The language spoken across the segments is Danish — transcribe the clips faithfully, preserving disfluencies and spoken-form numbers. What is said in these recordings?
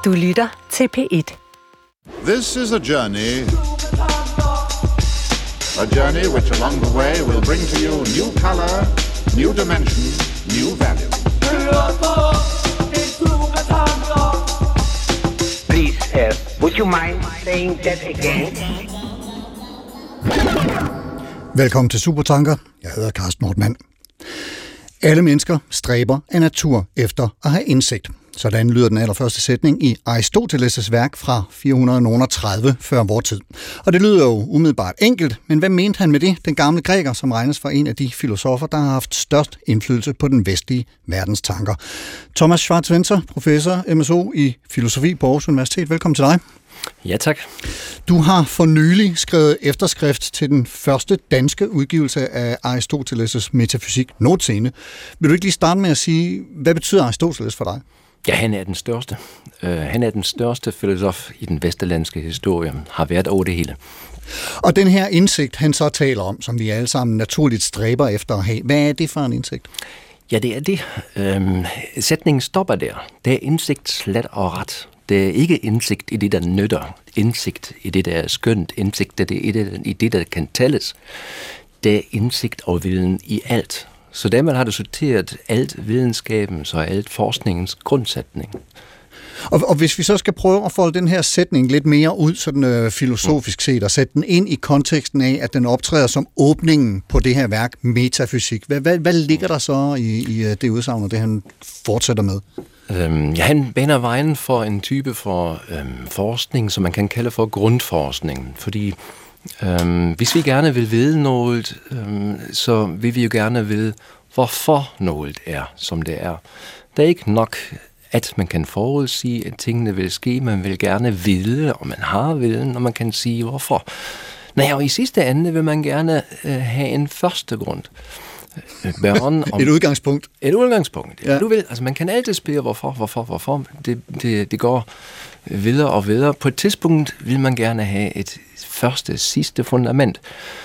Du lytter til P et. This is a journey, a journey which along the way will bring to you new color, new dimension, new value. Please, uh, would you mind saying that again? Velkommen til Supertanker. Jeg hedder Carsten Nordmann. Alle mennesker stræber af natur efter at have indsigt. Sådan lyder den allerførste sætning i Aristoteles' værk fra fire hundrede og tredive før vor tid. Og det lyder jo umiddelbart enkelt, men hvad mente han med det? Den gamle græker, som regnes for en af de filosofer, der har haft størst indflydelse på den vestlige verdens tanker. Thomas Schwarz-Wentzer, professor M S O i filosofi på Aarhus Universitet. Velkommen til dig. Ja, tak. Du har for nylig skrevet efterskrift til den første danske udgivelse af Aristoteles' metafysik nogensinde. Vil du ikke lige starte med at sige, hvad betyder Aristoteles for dig? Ja, han er den største. Uh, han er den største filosof i den vesterlandske historie, har været over det hele. Og den her indsigt, han så taler om, som vi alle sammen naturligt stræber efter at have, hvad er det for en indsigt? Ja, det er det. Uh, sætningen stopper der. Det er indsigt slet og ret. Det er ikke indsigt i det, der nytter. Indsigt i det, der er skønt. Indsigt i det, i det der kan tælles. Det er indsigt og viden i alt. Så dermed har du sorteret alt videnskabens og alt forskningens grundsætning. Og, og hvis vi så skal prøve at folde den her sætning lidt mere ud, sådan øh, filosofisk set, og sætte den ind i konteksten af, at den optræder som åbningen på det her værk, metafysik. Hvad, hvad, hvad ligger der så i, i det udsagn, og det han fortsætter med? Øhm, ja, han baner vejen for en type for øhm, forskning, som man kan kalde for grundforskning, fordi Øhm, hvis vi gerne vil vide noget, øhm, så vil vi jo gerne vide, hvorfor noget er, som det er. Det er ikke nok, at man kan forudsige, at tingene vil ske. Man vil gerne vide, og man har viden, og man kan sige, hvorfor. Nej, og i sidste ende vil man gerne øh, have en første grund. Børn om et udgangspunkt. Et udgangspunkt. Ja. Du vil, altså man kan altid spørge, hvorfor, hvorfor, hvorfor. Det, det, det går videre og videre. På et tidspunkt vil man gerne have et første, sidste fundament.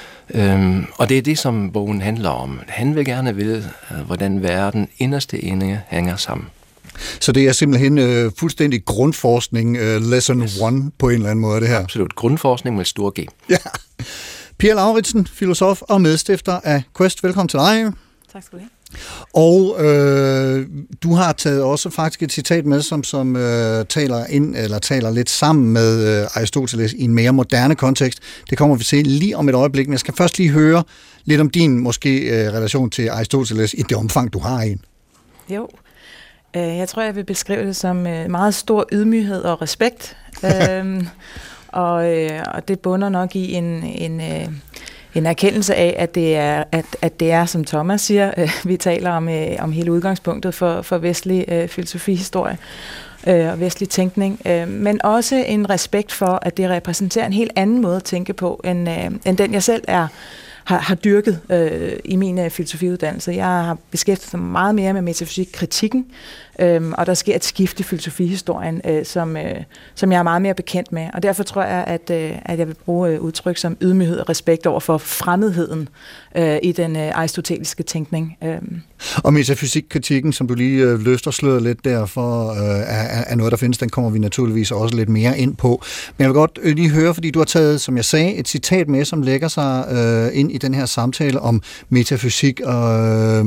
Øhm, og det er det, som bogen handler om. Han vil gerne vide, hvordan verden inderste ende hænger sammen. Så det er simpelthen øh, fuldstændig grundforskning, øh, lesson yes. one på en eller anden måde, det her? Absolut. Grundforskning med stor G. Ja. Pia Lauritsen, filosof og medstifter af Quest. Velkommen til dig. Tak skal du have. Og øh, du har taget også faktisk et citat med, som, som øh, taler ind eller taler lidt sammen med øh, Aristoteles i en mere moderne kontekst. Det kommer vi til lige om et øjeblik, men jeg skal først lige høre lidt om din måske øh, relation til Aristoteles i det omfang, du har en. Jo, øh, jeg tror, jeg vil beskrive det som øh, meget stor ydmyghed og respekt. øhm, og, øh, og det bunder nok i en... en øh, En erkendelse af, at det er, at, at det er som Thomas siger, øh, vi taler om, øh, om hele udgangspunktet for, for vestlig øh, filosofihistorie øh, og vestlig tænkning, øh, men også en respekt for, at det repræsenterer en helt anden måde at tænke på, end, øh, end den jeg selv er, har, har dyrket øh, i min øh, filosofiuddannelse. Jeg har beskæftiget mig meget mere med metafysik-kritikken, øh, og der sker et skift i filosofihistorien, øh, som, øh, som jeg er meget mere bekendt med. Og derfor tror jeg, at, øh, at jeg vil bruge øh, udtryk som ydmyghed og respekt over for fremmedheden øh, i den øh, aristoteliske tænkning. Øh. Og metafysik-kritikken, som du lige øh, løfter sløret lidt derfor, øh, er, er noget, der findes. Den kommer vi naturligvis også lidt mere ind på. Men jeg vil godt øh, lige høre, fordi du har taget, som jeg sagde, et citat med, som lægger sig øh, ind i den her samtale om metafysik og... Øh,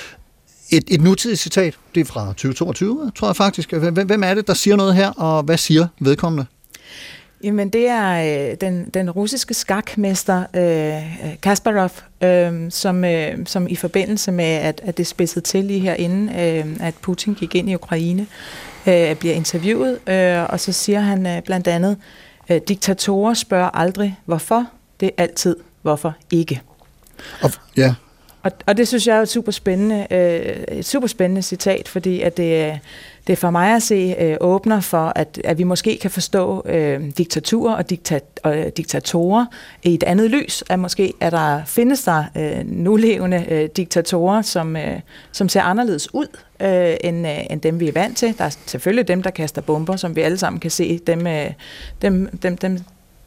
Et, et nutidigt citat, det er fra tyve toogtyve, tror jeg faktisk. Hvem er det, der siger noget her, og hvad siger vedkommende? Jamen, det er øh, den, den russiske skakmester øh, Kasparov, øh, som, øh, som i forbindelse med, at, at det spidsede til lige herinde, øh, at Putin gik ind i Ukraine, øh, bliver interviewet, øh, og så siger han øh, blandt andet, øh, diktatorer spørger aldrig, hvorfor, det er altid, hvorfor ikke. Og, ja. Og, og det synes jeg er et super spændende, øh, et super spændende citat, fordi at det, det for mig at se øh, åbner for, at, at vi måske kan forstå øh, diktaturer og, dikta, og diktatorer i et andet lys. At måske at der findes der øh, nulevende øh, diktatorer, som, øh, som ser anderledes ud øh, end, øh, end dem, vi er vant til. Der er selvfølgelig dem, der kaster bomber, som vi alle sammen kan se. Dem, øh, dem, dem, dem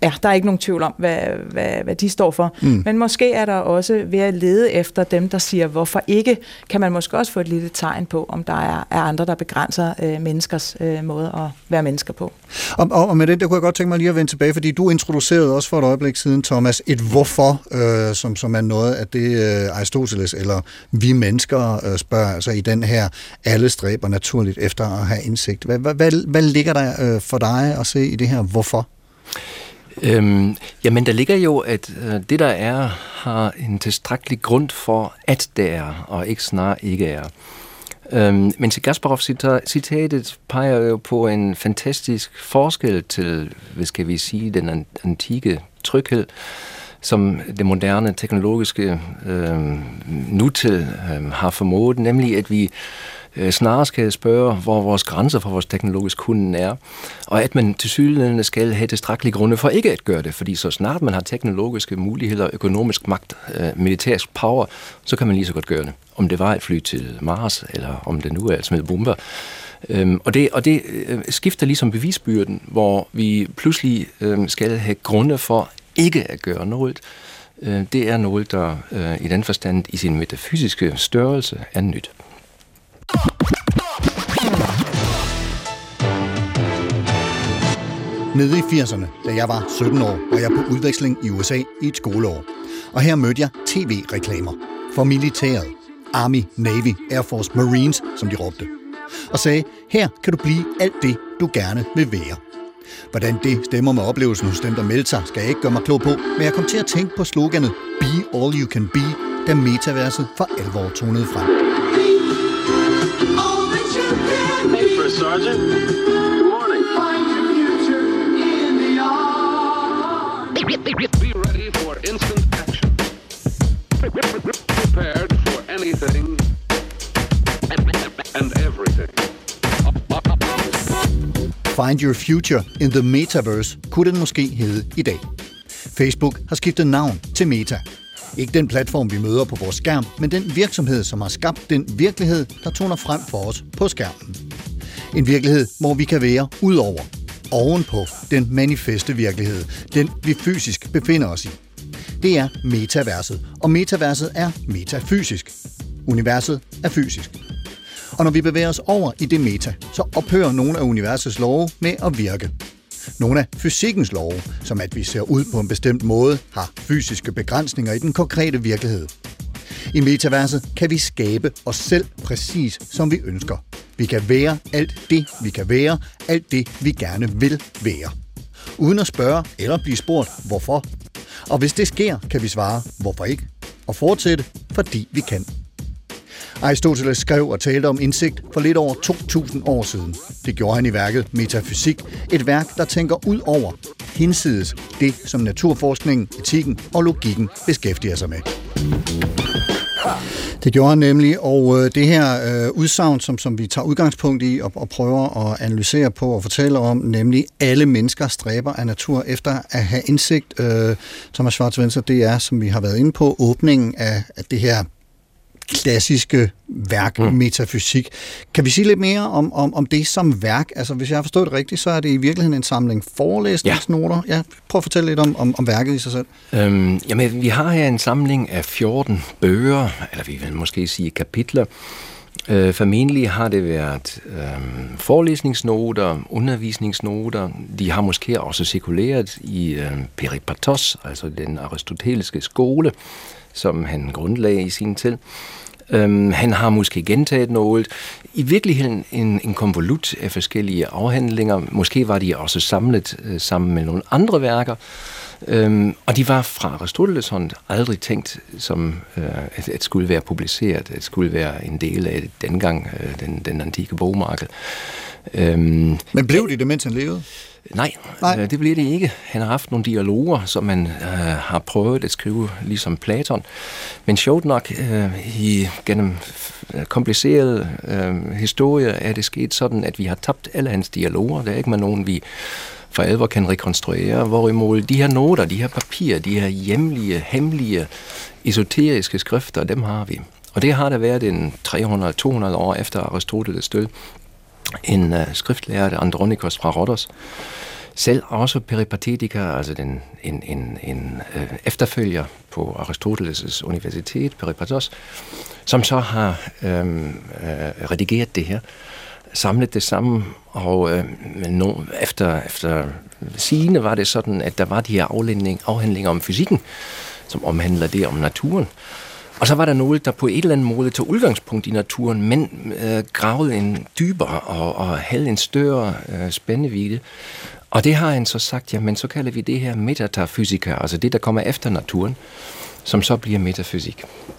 ja, der er ikke nogen tvivl om, hvad, hvad, hvad de står for. Mm. Men måske er der også ved at lede efter dem, der siger, hvorfor ikke, kan man måske også få et lille tegn på, om der er, er andre, der begrænser øh, menneskers øh, måde at være mennesker på. Og, og med det, der kunne jeg godt tænke mig lige at vende tilbage, fordi du introducerede også for et øjeblik siden, Thomas, et hvorfor, øh, som, som er noget af det øh, Aristoteles, eller vi mennesker øh, spørger, altså i den her, alle stræber naturligt efter at have indsigt. Hvad, hvad, hvad, hvad ligger der øh, for dig at se i det her hvorfor? Øhm, jamen, der ligger jo, at øh, det, der er, har en tilstrækkelig grund for, at det er, og ikke snarere ikke er. Øhm, men til Kasparov-citatet peger jo på en fantastisk forskel til, hvad skal vi sige, den antikke tryghed, som det moderne teknologiske øh, nutid øh, har formået, nemlig at vi øh, snarere skal spørge, hvor vores grænser for vores teknologiske kunden er, og at man tilsyneladende skal have tilstrækkelige grunde for ikke at gøre det, fordi så snart man har teknologiske muligheder, økonomisk magt, øh, militærsk power, så kan man lige så godt gøre det. Om det var et fly til Mars, eller om det nu er et smidt bomber. Øhm, og det, og det øh, skifter ligesom bevisbyrden, hvor vi pludselig øh, skal have grunde for ikke at gøre noget. Øh, det er noget, der øh, i den forstand i sin metafysiske størrelse er nyt. Nede i firserne, da jeg var sytten år, var jeg på udveksling i U S A i et skoleår. Og her mødte jeg tv-reklamer for militæret. Army, Navy, Air Force, Marines, som de råbte. Og sagde, her kan du blive alt det, du gerne vil være. Hvordan det stemmer med oplevelsen hos dem, der meldte sig, skal jeg ikke gøre mig klog på, men jeg kom til at tænke på sloganet Be All You Can Be, da metaverset for alvor tonede frem. Hey, First Sergeant. Good morning. Find your future in the arms. Be ready for instant action. Prepared for anything and everything. Find your future in the metaverse kunne den måske hedde i dag. Facebook har skiftet navn til Meta. Ikke den platform, vi møder på vores skærm, men den virksomhed, som har skabt den virkelighed, der toner frem for os på skærmen. En virkelighed, hvor vi kan være udover, ovenpå den manifeste virkelighed, den vi fysisk befinder os i. Det er metaverset, og metaverset er metafysisk. Universet er fysisk. Og når vi bevæger os over i det meta, så ophører nogle af universets love med at virke. Nogle af fysikkens love, som at vi ser ud på en bestemt måde, har fysiske begrænsninger i den konkrete virkelighed. I metaverset kan vi skabe os selv præcis som vi ønsker. Vi kan være alt det, vi kan være, alt det, vi gerne vil være. Uden at spørge eller blive spurgt, hvorfor. Og hvis det sker, kan vi svare, hvorfor ikke? Og fortsætte, fordi vi kan. Aristoteles skrev og talte om indsigt for lidt over to tusind år siden. Det gjorde han i værket Metafysik, et værk, der tænker ud over, hinsides det, som naturforskningen, etikken og logikken beskæftiger sig med. Det gjorde han nemlig, og det her øh, udsagn, som, som vi tager udgangspunkt i og, og prøver at analysere på og fortælle om, nemlig alle mennesker stræber af natur efter at have indsigt. Øh, Thomas Schwarz-Wenzel, det er, som vi har været inde på, åbningen af, af det her klassiske værk, mm. metafysik. Kan vi sige lidt mere om, om, om det som værk? Altså, hvis jeg har forstået det rigtigt, så er det i virkeligheden en samling forelæsningsnoter. Ja. Ja, prøv at fortælle lidt om, om, om værket i sig selv. Øhm, jamen, vi har her en samling af fjorten bøger, eller vi vil måske sige kapitler. Øh, formentlig har det været øh, forelæsningsnoter, undervisningsnoter. De har måske også cirkuleret i øh, Peripatos, altså den aristoteliske skole, som han grundlagde i sin tid. Øhm, han har måske gentaget noget. I virkeligheden en, en konvolut af forskellige afhandlinger. Måske var de også samlet øh, sammen med nogle andre værker. Øhm, og de var fra Aristoteles hånd aldrig tænkt som øh, at, at skulle være publiceret, at skulle være en del af dengang øh, den, den antikke bogmarked. Øhm, Men blev de det, mens han levede? Nej, Nej. Øh, det bliver det ikke. Han har haft nogle dialoger, som man øh, har prøvet at skrive, ligesom Platon. Men sjovt nok, øh, i, gennem komplicerede øh, historier er det sket sådan, at vi har tabt alle hans dialoger. Der er ikke med nogen, vi for alvor kan rekonstruere. Hvorimod de her noter, de her papirer, de her hjemlige, hemmelige, esoteriske skrifter, dem har vi. Og det har der været en tre hundrede til to hundrede år efter Aristoteles død. En uh, skriftlærer, Andronikos fra Rhodos, Selv også Peripatetika, altså den, en, en, en øh, efterfølger på Aristoteles' universitet, Peripatos, som så har øh, øh, redigeret det her, samlet det sammen, og øh, no, efter, efter sigende var det sådan, at der var de her afhandling, afhandlinger om fysikken, som omhandler det om naturen. Og så var der noget, der på et eller andet måde tog udgangspunkt i naturen, men øh, gravede en dybere og, og havde en større øh, spændvidde. Og det har han så sagt, jamen så kalder vi det her metafysika, altså det, der kommer efter naturen, som så bliver metafysik.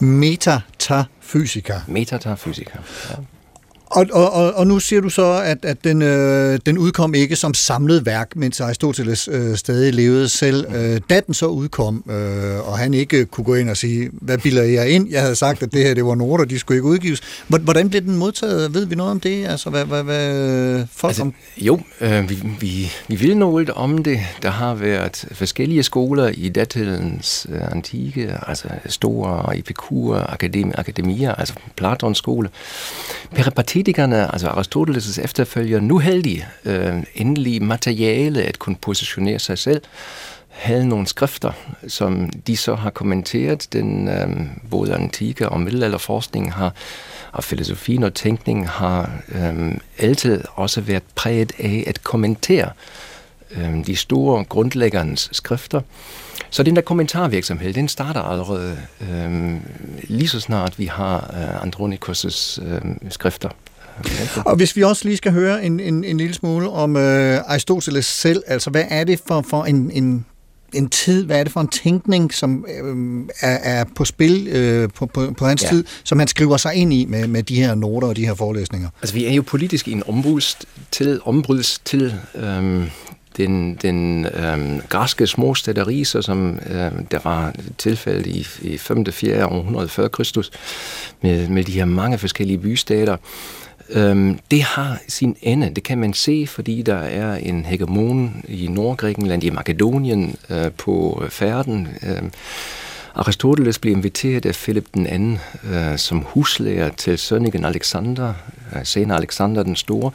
Metafysika. Metafysika, ja. Og, og, og, og nu siger du så, at, at den, øh, den udkom ikke som samlet værk, mens Aristoteles øh, stadig levede selv. Øh, da den så udkom, øh, og han ikke kunne gå ind og sige, hvad bilder jeg ind? Jeg havde sagt, at det her det var noter, de skulle ikke udgives. Hvordan blev den modtaget? Ved vi noget om det? Altså, hvad, hvad, hvad folk altså, om? Jo, øh, vi, vi, vi vil noget om det. Der har været forskellige skoler i datidens øh, antike, altså Stoa, Epikur, akademi, akademier, altså Platons skole. Peripatetikerne, altså Aristoteles' efterfølger, nu havde de øh, endelig materiale at kunne positionere sig selv, havde nogle skrifter, som de så har kommenteret. Den øh, både antike og middelalderforskning har, og filosofien og tænkning har øh, altid også været præget af at kommentere øh, de store grundlæggernes skrifter. Så den der kommentarvirksomhed, den starter allerede øh, lige så snart vi har øh, Andronikos' øh, skrifter. Og hvis vi også lige skal høre en, en, en lille smule om øh, Aristoteles selv, altså hvad er det for, for en, en, en tid, hvad er det for en tænkning, som øh, er, er på spil øh, på, på, på hans ja. tid, som han skriver sig ind i med, med de her noter og de her forelæsninger? Altså vi er jo politisk i en ombryds til, ombryds til øh, den, den øh, græske småstætteri, som øh, der var tilfælde i, i femte og fjerde århundrede før Kristus, med, med de her mange forskellige bystater. Øhm, det har sin ende, det kan man se, fordi der er en hegemon i Nordgrækenland, i Makedonien, øh, på færden. Øh, Aristoteles blev inviteret af Philip den anden øh, som huslærer til sønnigen Alexander, øh, senere Alexander den Store.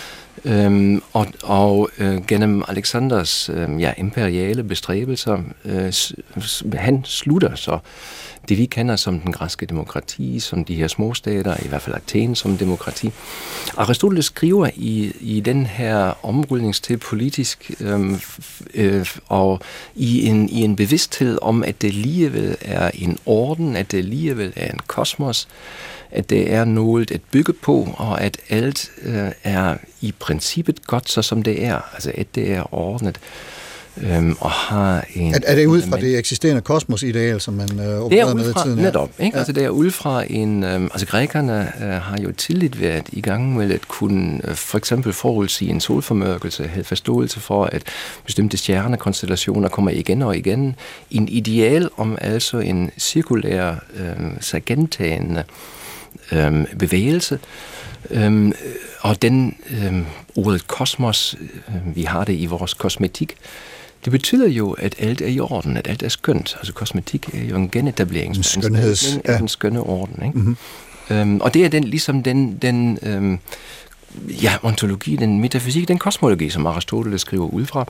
Øhm, og og øh, gennem Alexanders øh, ja, imperiale bestræbelser, øh, han slutter så det, vi kender som den græske demokrati, som de her småstater, i hvert fald Athen som demokrati. Aristoteles skriver i, i den her ombrydningstid politisk øh, øh, og i en, i en bevidsthed om, at det alligevel er en orden, at det alligevel er en kosmos, at det er noget at bygge på, og at alt øh, er i princippet godt, så som det er. Altså, at det er ordnet. Øhm, og har en, er, er det ud fra det eksisterende kosmos-ideal, som man øh, opererede med i tiden? Netop, ikke? Ja. Altså det er ud fra en... Øhm, altså grækerne øh, har jo tidligt været i gang med at kunne øh, for eksempel forudsige en solformørkelse, have forståelse for, at bestemte stjernekonstellationer kommer igen og igen. En ideal om altså en cirkulær, øh, sig gentagende øh, bevægelse. Øhm, og den øh, ordet kosmos, øh, vi har det i vores kosmetik, det betyder jo, at alt er i orden, at alt er skønt. Altså kosmetik er jo en genetablering. En skønheds... En, en, en skønne orden, ikke? Mm-hmm. Øhm, og det er den, ligesom den, den øhm, ja, ontologi, den metafysik, den kosmologi, som Aristoteles skriver ud fra.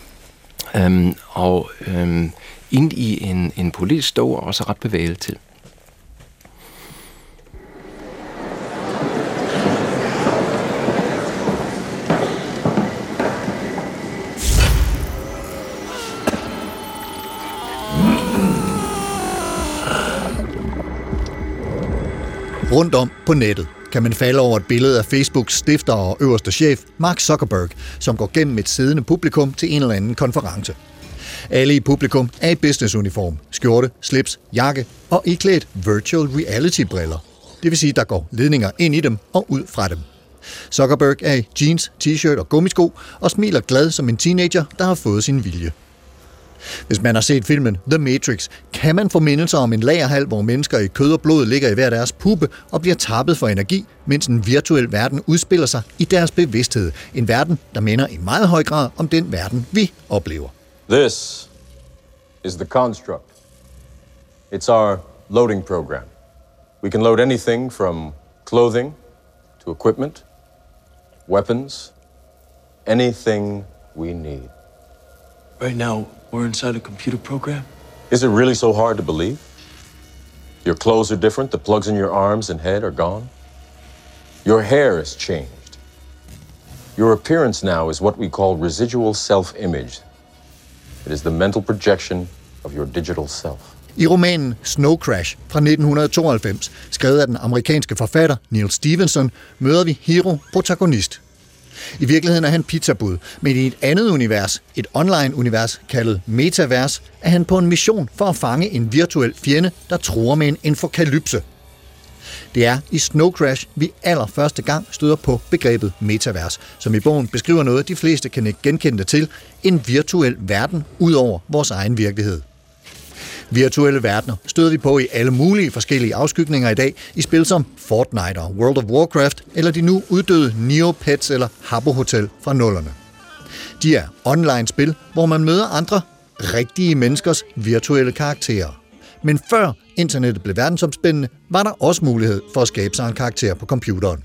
Øhm, og øhm, ind i en, en politisk stå og også ret bevæget til. Rundt om på nettet kan man falde over et billede af Facebooks stifter og øverste chef, Mark Zuckerberg, som går gennem et siddende publikum til en eller anden konference. Alle i publikum er i businessuniform, skjorte, slips, jakke og iklædt virtual reality-briller. Det vil sige, der går ledninger ind i dem og ud fra dem. Zuckerberg er i jeans, t-shirt og gummisko og smiler glad som en teenager, der har fået sin vilje. Hvis man har set filmen The Matrix, kan man få mindelser om en lagerhal, hvor mennesker i kød og blod ligger i hver deres puppe og bliver tappet for energi, mens en virtuel verden udspiller sig i deres bevidsthed. En verden, der minder i meget høj grad om den verden, vi oplever. This is the construct. It's our loading program. We can load anything from clothing to equipment, weapons, anything we need. Right now, we're inside a computer program. Is it really so hard to believe? Your clothes are different, the plugs in your arms and head are gone. Your hair is changed. Your appearance now is what we call residual self-image. It is the mental projection of your digital self. I romanen Snow Crash fra nitten tooghalvfems, skrevet af den amerikanske forfatter Neal Stephenson, møder vi Hiro protagonist. I virkeligheden er han pizzabud, men i et andet univers, et online-univers kaldet Metavers, er han på en mission for at fange en virtuel fjende, der truer med en infokalypse. Det er i Snow Crash, vi allerførste gang støder på begrebet Metavers, som i bogen beskriver noget, de fleste kan ikke genkende det til, en virtuel verden ud over vores egen virkelighed. Virtuelle verdener støder vi på i alle mulige forskellige afskygninger i dag i spil som Fortnite og World of Warcraft eller de nu uddøde Neopets eller Habbo Hotel fra nullerne. De er online-spil, hvor man møder andre rigtige menneskers virtuelle karakterer. Men før internettet blev verdensomspændende, var der også mulighed for at skabe sig en karakter på computeren.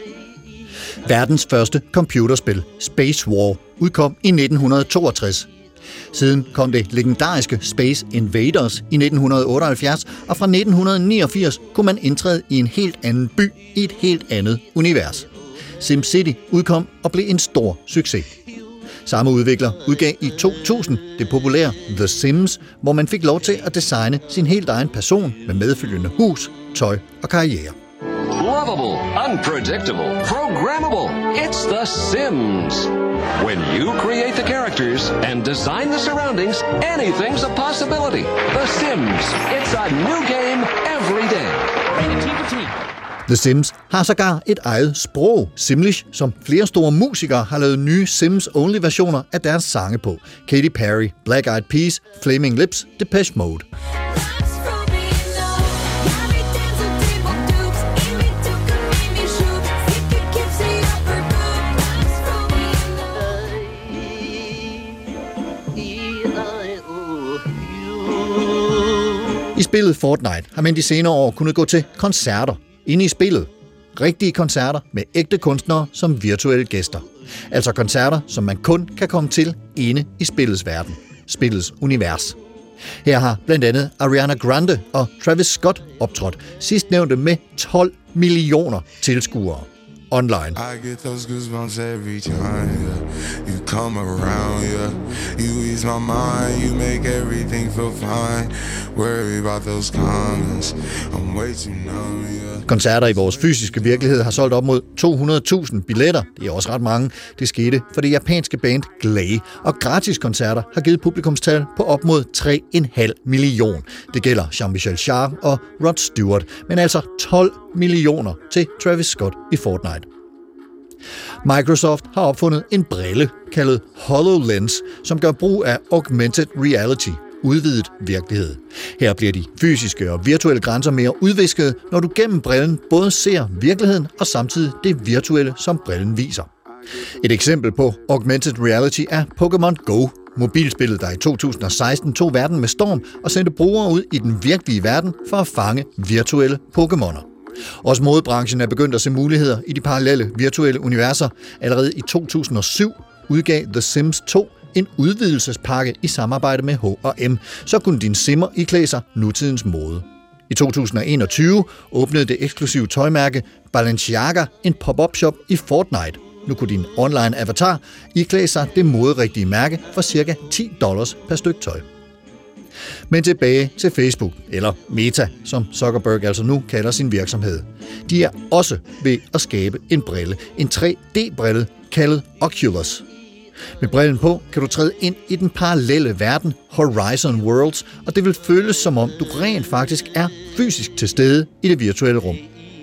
Verdens første computerspil, Space War, udkom i nitten toogtres. Siden kom det legendariske Space Invaders i nitten otteoghalvfjerds, og fra nitten niogfirs kunne man indtræde i en helt anden by i et helt andet univers. SimCity udkom og blev en stor succes. Samme udvikler udgav i to tusind det populære The Sims, hvor man fik lov til at designe sin helt egen person med medfølgende hus, tøj og karriere. Lovable, unpredictable, programmable. It's The Sims. When you create the characters and design the surroundings, anything's a possibility. The Sims. It's a new game every day. Rated T for Teen. The Sims har sågar et eget sprog, Simlish, som flere store musikere har lavet nye Sims-only-versioner af deres sange på. Katy Perry, Black Eyed Peas, Flaming Lips, Depeche Mode. I spillet Fortnite har man de senere år kunnet gå til koncerter inde i spillet. Rigtige koncerter med ægte kunstnere som virtuelle gæster. Altså koncerter, som man kun kan komme til inde i spillets verden. Spillets univers. Her har blandt andet Ariana Grande og Travis Scott optrådt, sidstnævnte med tolv millioner tilskuere. Online. I get those goosebumps every time, yeah. You come around, yeah. You ease my mind, you make everything feel fine. Worry about those comments, I'm way too numb, yeah. Koncerter i vores fysiske virkelighed har solgt op mod to hundrede tusind billetter. Det er også ret mange. Det skete for det japanske band Glay. Og gratiskoncerter har givet publikumstal på op mod tre komma fem million. Det gælder Jean-Michel Jarre og Rod Stewart. Men altså tolv millioner til Travis Scott i Fortnite. Microsoft har opfundet en brille kaldet HoloLens, som gør brug af augmented reality, udvidet virkelighed. Her bliver de fysiske og virtuelle grænser mere udviskede, når du gennem brillen både ser virkeligheden og samtidig det virtuelle, som brillen viser. Et eksempel på augmented reality er Pokémon Go, mobilspillet, der i to tusind og seksten tog verden med storm og sendte brugere ud i den virkelige verden for at fange virtuelle Pokémoner. Også modebranchen er begyndt at se muligheder i de parallelle virtuelle universer. Allerede i to tusind og syv udgav The Sims to en udvidelsespakke i samarbejde med H og M, så kunne din simmer iklæde sig nutidens mode. I to tusind og enogtyve åbnede det eksklusive tøjmærke Balenciaga en pop-up shop i Fortnite. Nu kunne din online avatar iklæde sig det moderigtige mærke for ca. ti dollars per stykke tøj. Men tilbage til Facebook, eller Meta, som Zuckerberg altså nu kalder sin virksomhed. De er også ved at skabe en brille, en tre D-brille kaldet Oculus. Med brillen på kan du træde ind i den parallelle verden Horizon Worlds, og det vil føles som om du rent faktisk er fysisk til stede i det virtuelle rum.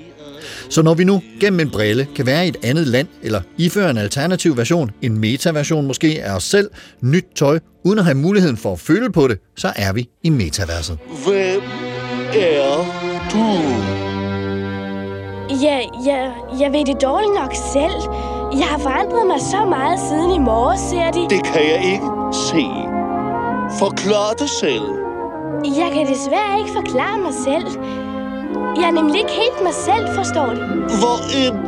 Så når vi nu gennem en brille kan være i et andet land, eller iføre en alternativ version, en meta-version måske af os selv, nyt tøj, uden at have muligheden for at føle på det, så er vi i metaverset. Hvem er du? Ja, ja, jeg ved det dårligt nok selv. Jeg har forandret mig så meget siden i morges, ser de. Det kan jeg ikke se. Forklar det selv. Jeg kan desværre ikke forklare mig selv. Jeg er nemlig ikke helt mig selv, forstår du? Hvor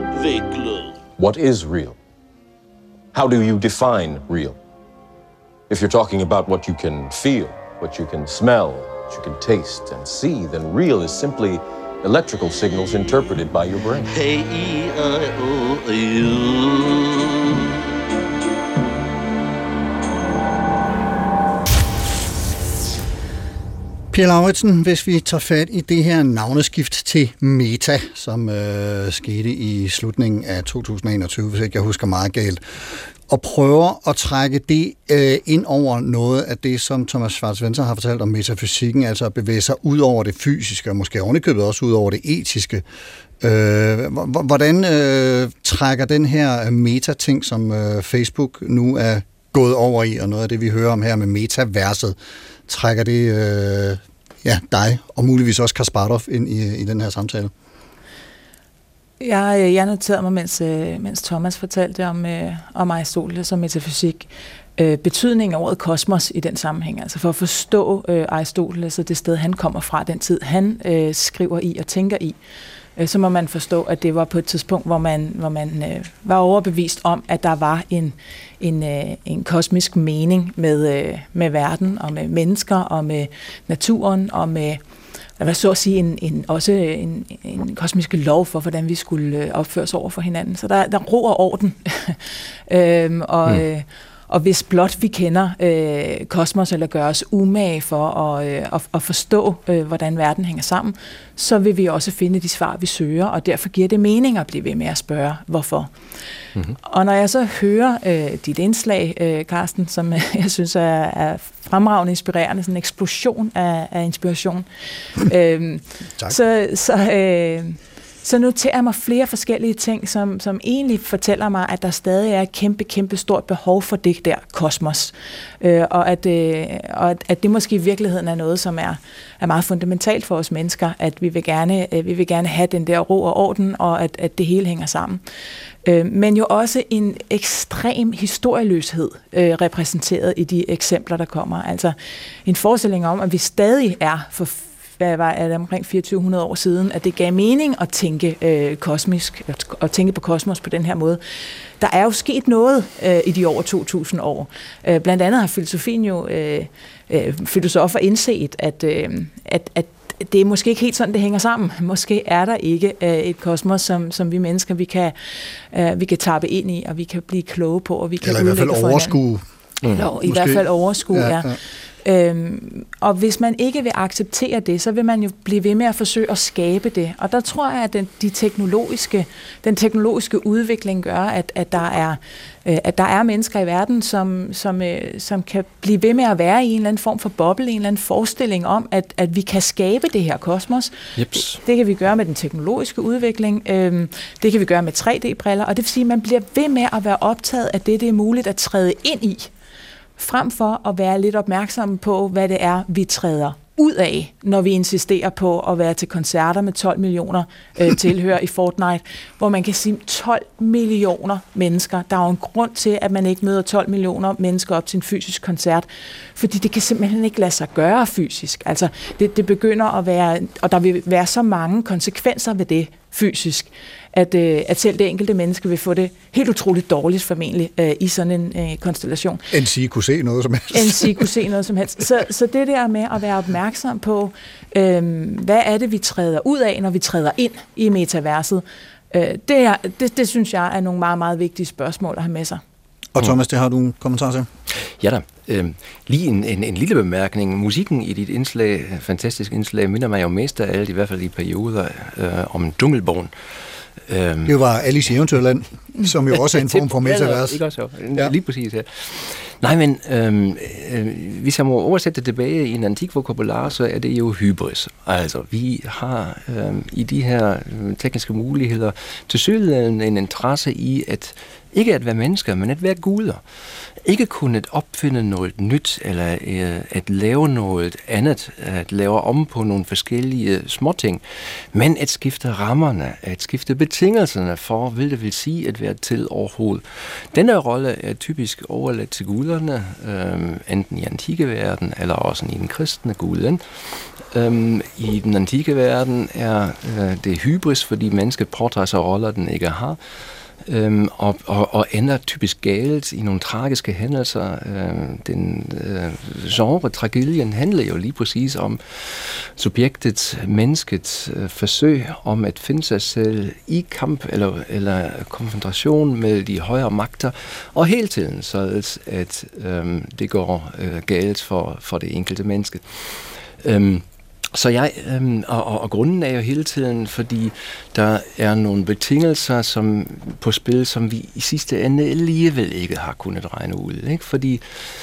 indviklet. What is real? How do you define real? If you're talking about what you can feel, what you can smell, what you can taste and see, then real is simply electrical signals interpreted by your brain. Hey, E, I, O, U. Per Lauritsen, hvis vi tager fat i det her navneskift til Meta, som øh, skete i slutningen af to tusind og enogtyve, hvis ikke jeg husker meget galt, og prøver at trække det øh, ind over noget af det, som Thomas Schwarz-Wentzer har fortalt om metafysikken, altså at bevæge sig ud over det fysiske, og måske ovenikøbet også ud over det etiske. Øh, hvordan øh, trækker den her meta-ting, som øh, Facebook nu er gået over i, og noget af det, vi hører om her med metaverset, trækker det øh, ja, dig, og muligvis også Kasparov ind i, i den her samtale? Jeg, jeg noterede mig, mens, mens Thomas fortalte om, om Aristoteles og metafysik, øh, betydningen af ordet kosmos i den sammenhæng. Altså for at forstå øh, Aristoteles og det sted, han kommer fra, den tid, han øh, skriver i og tænker i, øh, så må man forstå, at det var på et tidspunkt, hvor man, hvor man øh, var overbevist om, at der var en, en, øh, en kosmisk mening med, øh, med verden og med mennesker og med naturen og med der var så at sige en, en, også en, en kosmisk lov for, hvordan vi skulle opføre os over for hinanden. Så der, der ro og orden. øhm, og, mm. øh, og hvis blot vi kender øh, kosmos, eller gør os umage for at, øh, at, at forstå, øh, hvordan verden hænger sammen, så vil vi også finde de svar, vi søger, og derfor giver det mening at blive ved med at spørge, hvorfor. Mm-hmm. Og når jeg så hører øh, dit indslag, øh, Carsten, som øh, jeg synes er, er fremragende inspirerende, sådan en eksplosion af, af inspiration, øh, så, så, øh, så noterer jeg mig flere forskellige ting, som, som egentlig fortæller mig, at der stadig er et kæmpe, kæmpe stort behov for det der kosmos. Øh, og at, øh, og at, at det måske i virkeligheden er noget, som er, er meget fundamentalt for os mennesker, at vi vil gerne, øh, vi vil gerne have den der ro og orden, og at, at det hele hænger sammen. Øh, men jo også en ekstrem historieløshed øh, repræsenteret i de eksempler, der kommer. Altså en forestilling om, at vi stadig er for hvad var det, omkring fireogtyve hundrede år siden, at det gav mening at tænke øh, kosmisk, at tænke på kosmos på den her måde. Der er jo sket noget øh, i de over to tusind år. Øh, blandt andet har filosofien jo, øh, øh, filosofer indset, at, øh, at, at det er måske ikke helt sådan, det hænger sammen. Måske er der ikke øh, et kosmos, som, som vi mennesker, vi kan, øh, vi kan tappe ind i, og vi kan blive kloge på, og vi kan eller i hvert fald overskue. Mm. Eller i hvert fald overskue, ja. ja. ja. Øhm, og hvis man ikke vil acceptere det, så vil man jo blive ved med at forsøge at skabe det. Og der tror jeg, at den, de teknologiske, den teknologiske udvikling gør, at, at, der er, øh, at der er mennesker i verden, som, som, øh, som kan blive ved med at være i en eller anden form for boble, en eller anden forestilling om, at, at vi kan skabe det her kosmos. Det, det kan vi gøre med den teknologiske udvikling, øh, det kan vi gøre med tre D-briller, og det vil sige, at man bliver ved med at være optaget af det, det er muligt at træde ind i, frem for at være lidt opmærksomme på, hvad det er, vi træder ud af, når vi insisterer på at være til koncerter med tolv millioner øh, tilhørere i Fortnite, hvor man kan sige tolv millioner mennesker. Der er jo en grund til, at man ikke møder tolv millioner mennesker op til en fysisk koncert, fordi det kan simpelthen ikke lade sig gøre fysisk. Altså, det, det begynder at være, og der vil være så mange konsekvenser ved det fysisk, at, øh, at selv det enkelte menneske vil få det helt utroligt dårligt formentlig øh, i sådan en øh, konstellation. N C kunne se noget som helst. N C kunne se noget som helst. Så, så det der med at være opmærksom på, øh, hvad er det, vi træder ud af, når vi træder ind i metaverset, øh, det, er, det, det synes jeg er nogle meget, meget vigtige spørgsmål at have med sig. Og Thomas, det har du en kommentar til? Ja da. Øh, lige en, en, en lille bemærkning. Musikken i dit indslag, fantastisk indslag, minder mig jo mest af alt, i hvert fald i perioder, øh, om Djungelbogen. Øhm. Det var Alice i Eventyrland, som jo også er en form for metavers. Ikke også, ja. Lige præcis, ja. Nej, men øhm, øh, hvis jeg må oversætte det tilbage i en antik vokabular, så er det jo hybris. Altså, vi har øhm, i de her øh, tekniske muligheder tilsyneladende en interesse i at ikke at være mennesker, men at være guder. Ikke kun at opfinde noget nyt, eller øh, at lave noget andet, at lave om på nogle forskellige småting, men at skifte rammerne, at skifte betingelserne for, hvad det vil sige at være til overhovedet. Denne rolle er typisk overladt til guderne, øh, enten i antikke verden, eller også i den kristne guden. Um, I den antikke verden er uh, det hybris, fordi mennesket påtager sig roller, den ikke har. øhm, og, og, og ender typisk galt i nogle tragiske hændelser. Øhm, den øh, genre, tragedien, handler jo lige præcis om subjektet, menneskets øh, forsøg om at finde sig selv i kamp eller, eller konfrontation med de højere magter, og hele tiden så at øhm, det går øh, galt for, for det enkelte menneske. Øhm, Så jeg, øhm, og, og, og grunden er jo hele tiden, fordi der er nogle betingelser som, på spil, som vi i sidste ende alligevel ikke har kunnet regne ud. Ikke? Fordi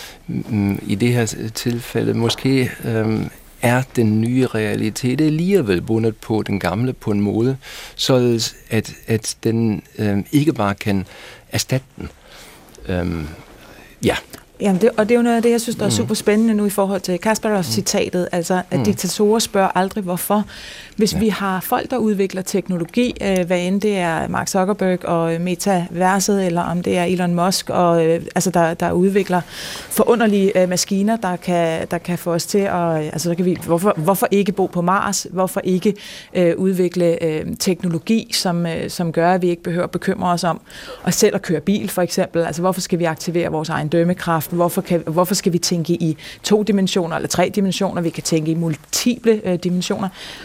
øhm, i det her tilfælde måske øhm, er den nye realitet alligevel bundet på den gamle på en måde, så at, at den øhm, ikke bare kan erstatte den. Øhm, ja. Jamen det, og det er jo noget af det, jeg synes, der er super spændende nu i forhold til Kasparovs-citatet, altså at mm. diktatorer spørger aldrig hvorfor. Hvis ja. vi har folk, der udvikler teknologi, øh, hvad end det er Mark Zuckerberg og Metaverset, eller om det er Elon Musk, og, øh, altså der, der udvikler forunderlige øh, maskiner, der kan, der kan få os til at, altså så kan vi, hvorfor, hvorfor ikke bo på Mars, hvorfor ikke øh, udvikle øh, teknologi, som, øh, som gør, at vi ikke behøver at bekymre os om os selv at køre bil, for eksempel, altså hvorfor skal vi aktivere vores egen dømmekraft? Hvorfor, kan, hvorfor skal vi tænke i to dimensioner eller tre dimensioner? Vi kan tænke i multiple øh, dimensioner.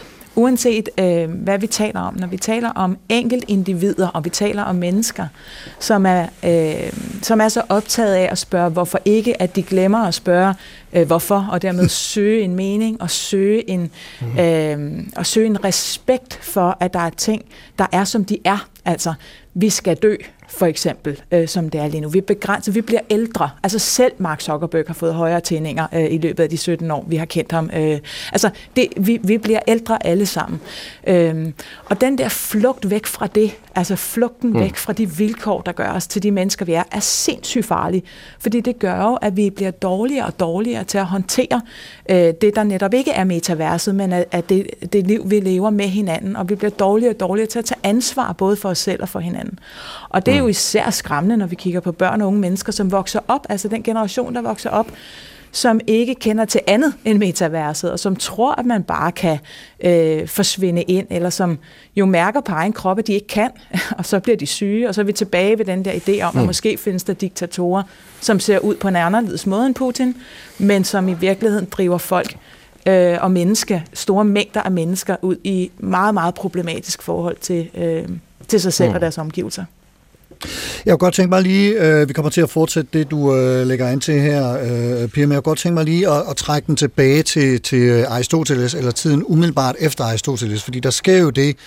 Uanset øh, hvad vi taler om, når vi taler om enkelt individer, og vi taler om mennesker, som er, øh, som er så optaget af at spørge, hvorfor ikke, at de glemmer at spørge, øh, hvorfor, og dermed søge en mening, og søge en, øh, og søge en respekt for, at der er ting, der er, som de er. Altså, vi skal dø, for eksempel, øh, som det er lige nu. Vi er begrænset, vi bliver ældre. Altså selv Mark Zuckerberg har fået højere tændinger øh, i løbet af de sytten år, vi har kendt ham. Øh, altså, det, vi, vi bliver ældre alle sammen. Øh, og den der flugt væk fra det, altså flugten mm. væk fra de vilkår, der gør os til de mennesker, vi er, er sindssygt farlig. Fordi det gør jo, at vi bliver dårligere og dårligere til at håndtere øh, det, der netop ikke er metaverset, men at, at det, det liv, vi lever med hinanden. Og vi bliver dårligere og dårligere til at tage ansvar, både for os selv og for hinanden. Og det er jo især skræmmende, når vi kigger på børn og unge mennesker, som vokser op, altså den generation, der vokser op, som ikke kender til andet end metaverset, og som tror, at man bare kan øh, forsvinde ind, eller som jo mærker på egen krop, at de ikke kan, og så bliver de syge, og så er vi tilbage ved den der idé om, at mm. måske findes der diktatorer, som ser ud på en anderledes måde end Putin, men som i virkeligheden driver folk øh, og mennesker, store mængder af mennesker, ud i meget, meget problematisk forhold til, øh, til sig selv mm. og deres omgivelser. Jeg kunne godt tænke mig lige, øh, vi kommer til at fortsætte det, du øh, lægger ind til her, øh, Pia, men jeg kunne godt tænke mig lige at, at trække den tilbage til, til Aristoteles, eller tiden umiddelbart efter Aristoteles, fordi der sker jo det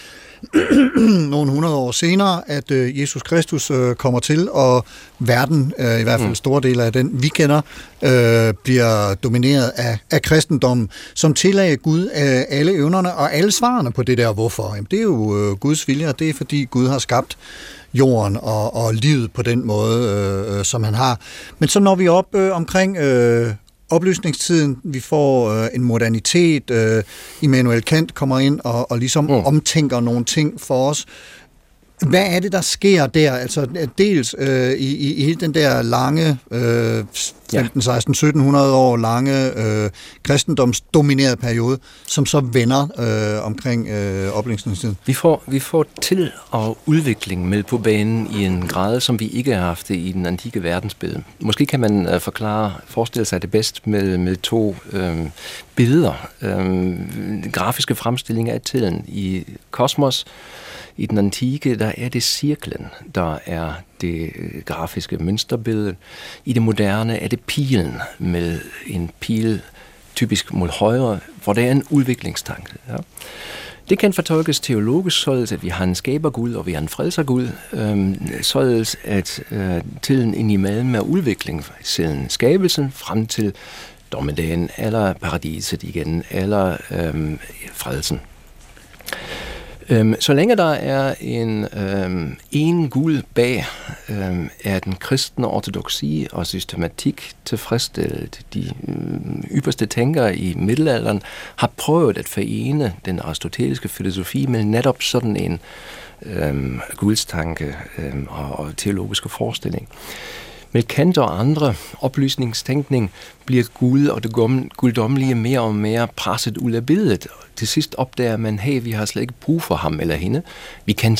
nogle hundrede år senere, at øh, Jesus Kristus øh, kommer til, og verden, øh, i hvert fald store dele af den, vi kender, øh, bliver domineret af, af kristendommen, som tillagde Gud øh, alle evnerne og alle svarene på det der hvorfor. Jamen, det er jo øh, Guds vilje, og det er fordi Gud har skabt jorden og, og livet på den måde, øh, som han har. Men så når vi op øh, omkring øh, oplysningstiden, vi får øh, en modernitet, øh, Immanuel Kant kommer ind og, og ligesom mm. omtænker nogle ting for os. Hvad er det, der sker der? Altså dels øh, i, i hele den der lange, øh, femten, seksten, sytten hundrede år lange øh, kristendomsdominerede periode, som så vender øh, omkring øh, oplysningstiden. Vi får, vi får til- og udvikling med på banen i en grad, som vi ikke har haft det i den antikke verdensbillede. Måske kan man øh, forklare, forestille sig det bedst med, med to øh, billeder. Øh, grafiske fremstillinger af tiden i kosmos. I den antike, der er det cirklen, der er det grafiske mønsterbillede. I det moderne er det pilen med en pil typisk mod højre, hvor der er en udviklingstanke. Ja. Det kan fortolkes teologisk, således at vi har en skabergud, og vi har en frelsergud, øhm, således at øh, tiden indimellem er udvikling, siden skabelsen frem til dommedagen, eller paradiset igen, eller øhm, frelsen. Øhm, så længe der er en øhm, en Gud bag, øhm, er den kristne ortodoksi og systematik tilfredsstillet. De øhm, ypperste tænkere i middelalderen har prøvet at forene den aristoteliske filosofi med netop sådan en øhm, gudstanke øhm, og, og teologiske forestilling. Med Kant og andre oplysningstænkning bliver Gud og det guddommelige mere og mere presset ud af billedet. Til sidst opdager man, hey, vi har slet ikke brug for ham eller hende. Vi kan selv.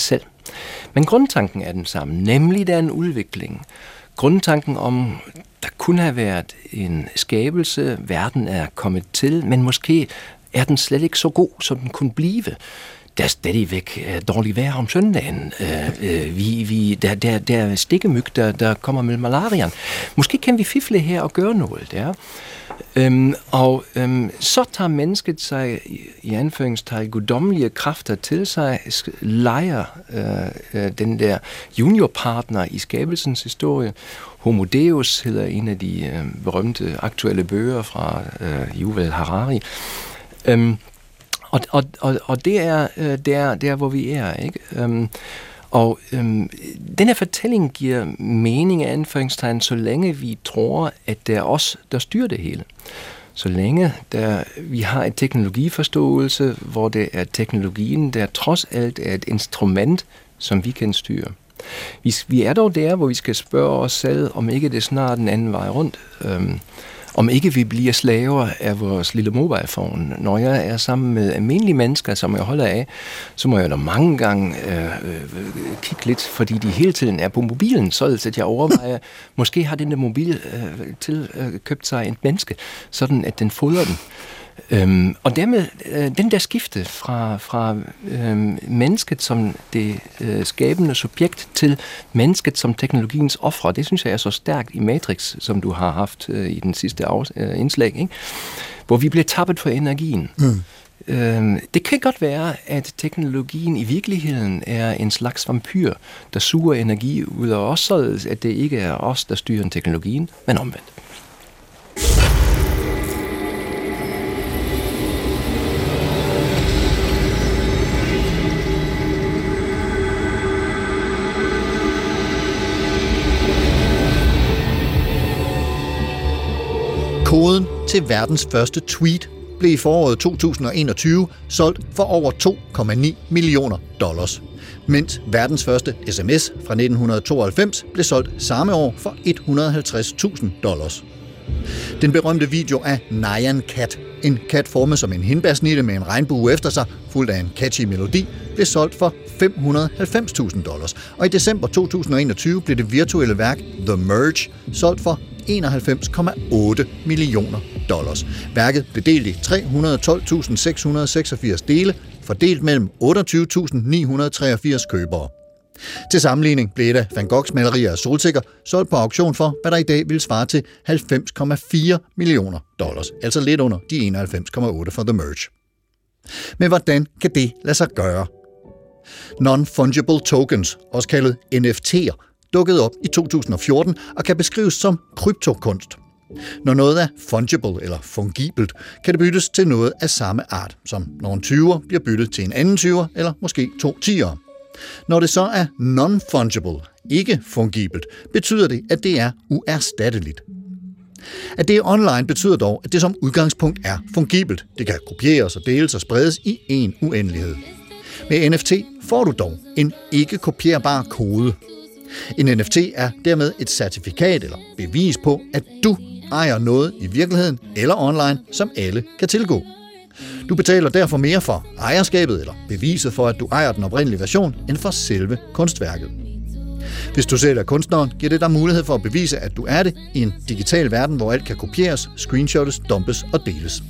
Men grundtanken er den samme, nemlig der er en udvikling. Grundtanken om, der kunne have været en skabelse, verden er kommet til, men måske er den slet ikke så god, som den kunne blive. Der er stadigvæk uh, dårligt vejr om søndagen. Uh, uh, vi, vi, der, der, der er stikkemyg, der, der kommer med malarian. Måske kan vi fifle her og gøre noget der. Øhm, og øhm, så tager mennesket sig i, i anføringstegn guddommelige kræfter til sig, leger øh, øh, den der juniorpartner i skabelsens historie. Homo Deus hedder en af de øh, berømte aktuelle bøger fra øh, Yuval Harari. Øhm, og, og, og, og det er øh, der, der, hvor vi er, ikke? Øhm, Og øhm, den her fortælling giver mening af anføringstegn, så længe vi tror, at det er os, der styrer det hele. Så længe der, vi har en teknologiforståelse, hvor det er teknologien, der trods alt er et instrument, som vi kan styre. Vi, vi er dog der, hvor vi skal spørge os selv, om ikke det er snart den anden vej rundt. Øhm, Om ikke vi bliver slaver af vores lille mobilphone. Når jeg er sammen med almindelige mennesker, som jeg holder af, så må jeg da mange gange øh, øh, kigge lidt, fordi de hele tiden er på mobilen, således at jeg overvejer, måske har den der mobil øh, til øh, købt sig et menneske, sådan at den fodrer den. Øhm, og dermed, øh, den der skifte fra, fra øh, mennesket som det øh, skabende subjekt til mennesket som teknologiens ofre, det synes jeg er så stærkt i Matrix, som du har haft øh, i den sidste af, øh, indslag, ikke? Hvor vi bliver tappet for energien. Mm. Øh, det kan godt være, at teknologien i virkeligheden er en slags vampyr, der suger energi ud af os, således at det ikke er os, der styrer teknologien, men omvendt. Koden til verdens første tweet blev i foråret to tusind og enogtyve solgt for over to komma ni millioner dollars, mens verdens første sms fra nitten tooghalvfems blev solgt samme år for et hundrede og halvtreds tusind dollars. Den berømte video af Nyan Cat, en kat formet som en hindbærsnitte med en regnbue efter sig, fuldt af en catchy melodi, blev solgt for fem hundrede og halvfems tusind dollars, og i december to tusind og enogtyve blev det virtuelle værk The Merge solgt for enoghalvfems komma otte millioner dollars. Værket blev delt i tre hundrede og tolv tusind seks hundrede og seksogfirs dele, fordelt mellem otteogtyve tusind ni hundrede og treogfirs købere. Til sammenligning blev et af Van Goghs malerier af solsikker solgt på auktion for, hvad der i dag vil svare til halvfems komma fire millioner dollars, altså lidt under de enoghalvfems komma otte for The Merge. Men hvordan kan det lade sig gøre? Non-fungible tokens, også kaldet N F T'er, dukkede op i to tusind og fjorten og kan beskrives som kryptokunst. Når noget er fungible eller fungibelt, kan det byttes til noget af samme art, som når en tyver bliver byttet til en anden tyver eller måske to tiere. Når det så er non-fungible, ikke fungibelt, betyder det, at det er uerstatteligt. At det er online betyder dog, at det som udgangspunkt er fungibelt. Det kan kopieres og deles og spredes i en uendelighed. Med N F T får du dog en ikke-kopierbar kode. En N F T er dermed et certifikat eller bevis på, at du ejer noget i virkeligheden eller online, som alle kan tilgå. Du betaler derfor mere for ejerskabet eller beviset for, at du ejer den oprindelige version, end for selve kunstværket. Hvis du selv er kunstneren, giver det dig mulighed for at bevise, at du er det i en digital verden, hvor alt kan kopieres, screenshottes, dumpes og deles.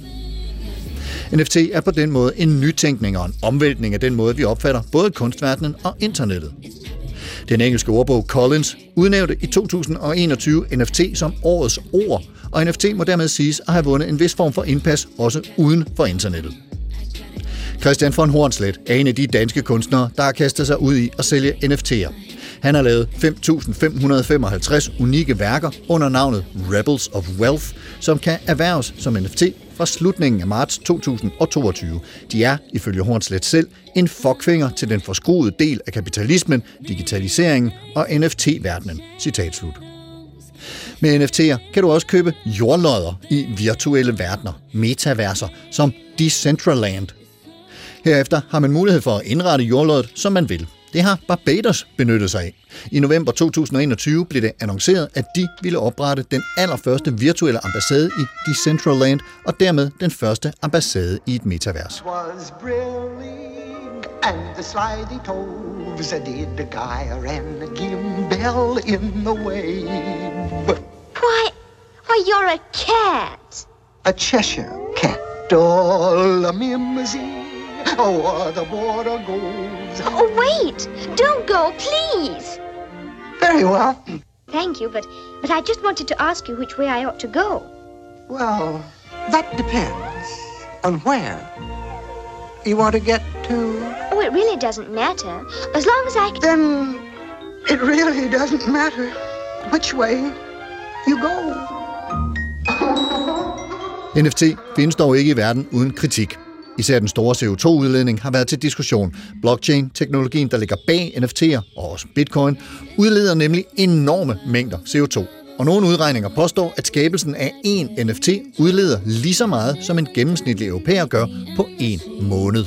N F T er på den måde en nytænkning og en omvæltning af den måde, vi opfatter både kunstverdenen og internettet. Den engelske ordbog Collins udnævnte i to tusind og enogtyve N F T som årets ord, og N F T må dermed siges at have vundet en vis form for indpas også uden for internettet. Christian von Hornslet er en af de danske kunstnere, der har kastet sig ud i at sælge N F T'er. Han har lavet fem tusind fem hundrede femoghalvtreds unikke værker under navnet Rebels of Wealth, som kan erhverves som N F T fra slutningen af marts to tusind og toogtyve. De er, ifølge Hornslet selv, en fuckfinger til den forskruede del af kapitalismen, digitaliseringen og N F T-verdenen. Citat slut. Med N F T'er kan du også købe jordlodder i virtuelle verdener, metaverser, som Decentraland. Herefter har man mulighed for at indrette jordloddet, som man vil. Det har Barbados benyttet sig af. I november to tusind og enogtyve blev det annonceret, at de ville oprette den allerførste virtuelle ambassade i Decentraland, og dermed den første ambassade i et metavers. And the slide he told moves did the gyre and gimbal in the wave. Why, why, you're a cat. A Cheshire cat, all a mimsy. Oh, the border goes. Oh, wait! Don't go, please! Very well. Thank you, but, but I just wanted to ask you which way I ought to go. Well, that depends on where you want to get to. Oh, it really doesn't matter. As long as I can... Then it really doesn't matter which way you go. N F T findes dog ikke i verden uden kritik. Især den store C O to udledning har været til diskussion. Blockchain-teknologien, der ligger bag N F T'er og også bitcoin, udleder nemlig enorme mængder C O to. Og nogle udregninger påstår, at skabelsen af én N F T udleder lige så meget, som en gennemsnitlig europæer gør på en måned.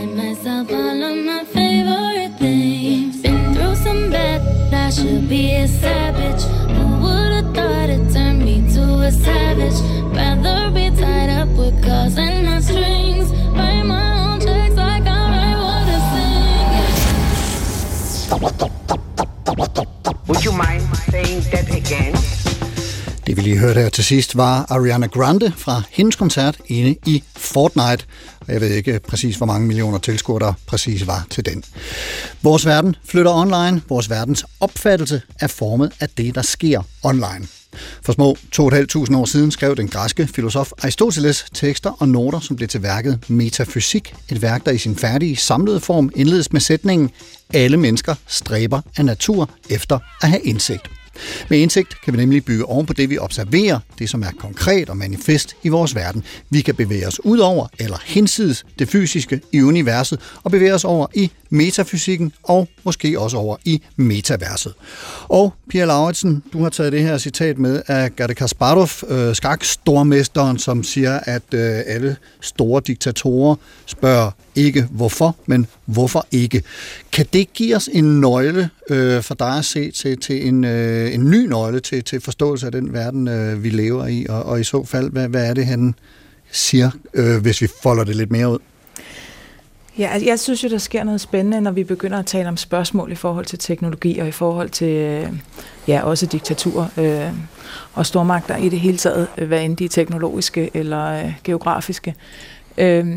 Would you mind saying that again? Det vi lige hørte her til sidst var Ariana Grande fra hendes koncert inde i Fortnite. Og jeg ved ikke præcis, hvor mange millioner tilskuere der præcis var til den. Vores verden flytter online. Vores verdens opfattelse er formet af det, der sker online. For små to tusind fem hundrede år siden skrev den græske filosof Aristoteles tekster og noter, som blev til værket Metafysik. Et værk, der i sin færdige, samlede form indledes med sætningen: alle mennesker stræber af natur efter at have indsigt. Med indsigt kan vi nemlig bygge oven på det, vi observerer, det som er konkret og manifest i vores verden. Vi kan bevæge os ud over eller hinsides det fysiske i universet og bevæge os over i metafysikken og måske også over i metaverset. Og Pia Lauritsen, du har taget det her citat med af Garry Kasparov, øh, skakstormesteren, som siger, at øh, alle store diktatorer spørger ikke hvorfor, men hvorfor ikke. Kan det give os en nøgle øh, for dig at se til, til en, øh, en ny nøgle til, til forståelse af den verden, øh, vi lever i? Og, og i så fald, hvad, hvad er det, han siger, øh, hvis vi folder det lidt mere ud? Ja, altså, jeg synes jo, der sker noget spændende, når vi begynder at tale om spørgsmål i forhold til teknologi og i forhold til øh, ja, også diktaturer øh, og stormagter i det hele taget, hvad end de er teknologiske eller øh, geografiske. Øh,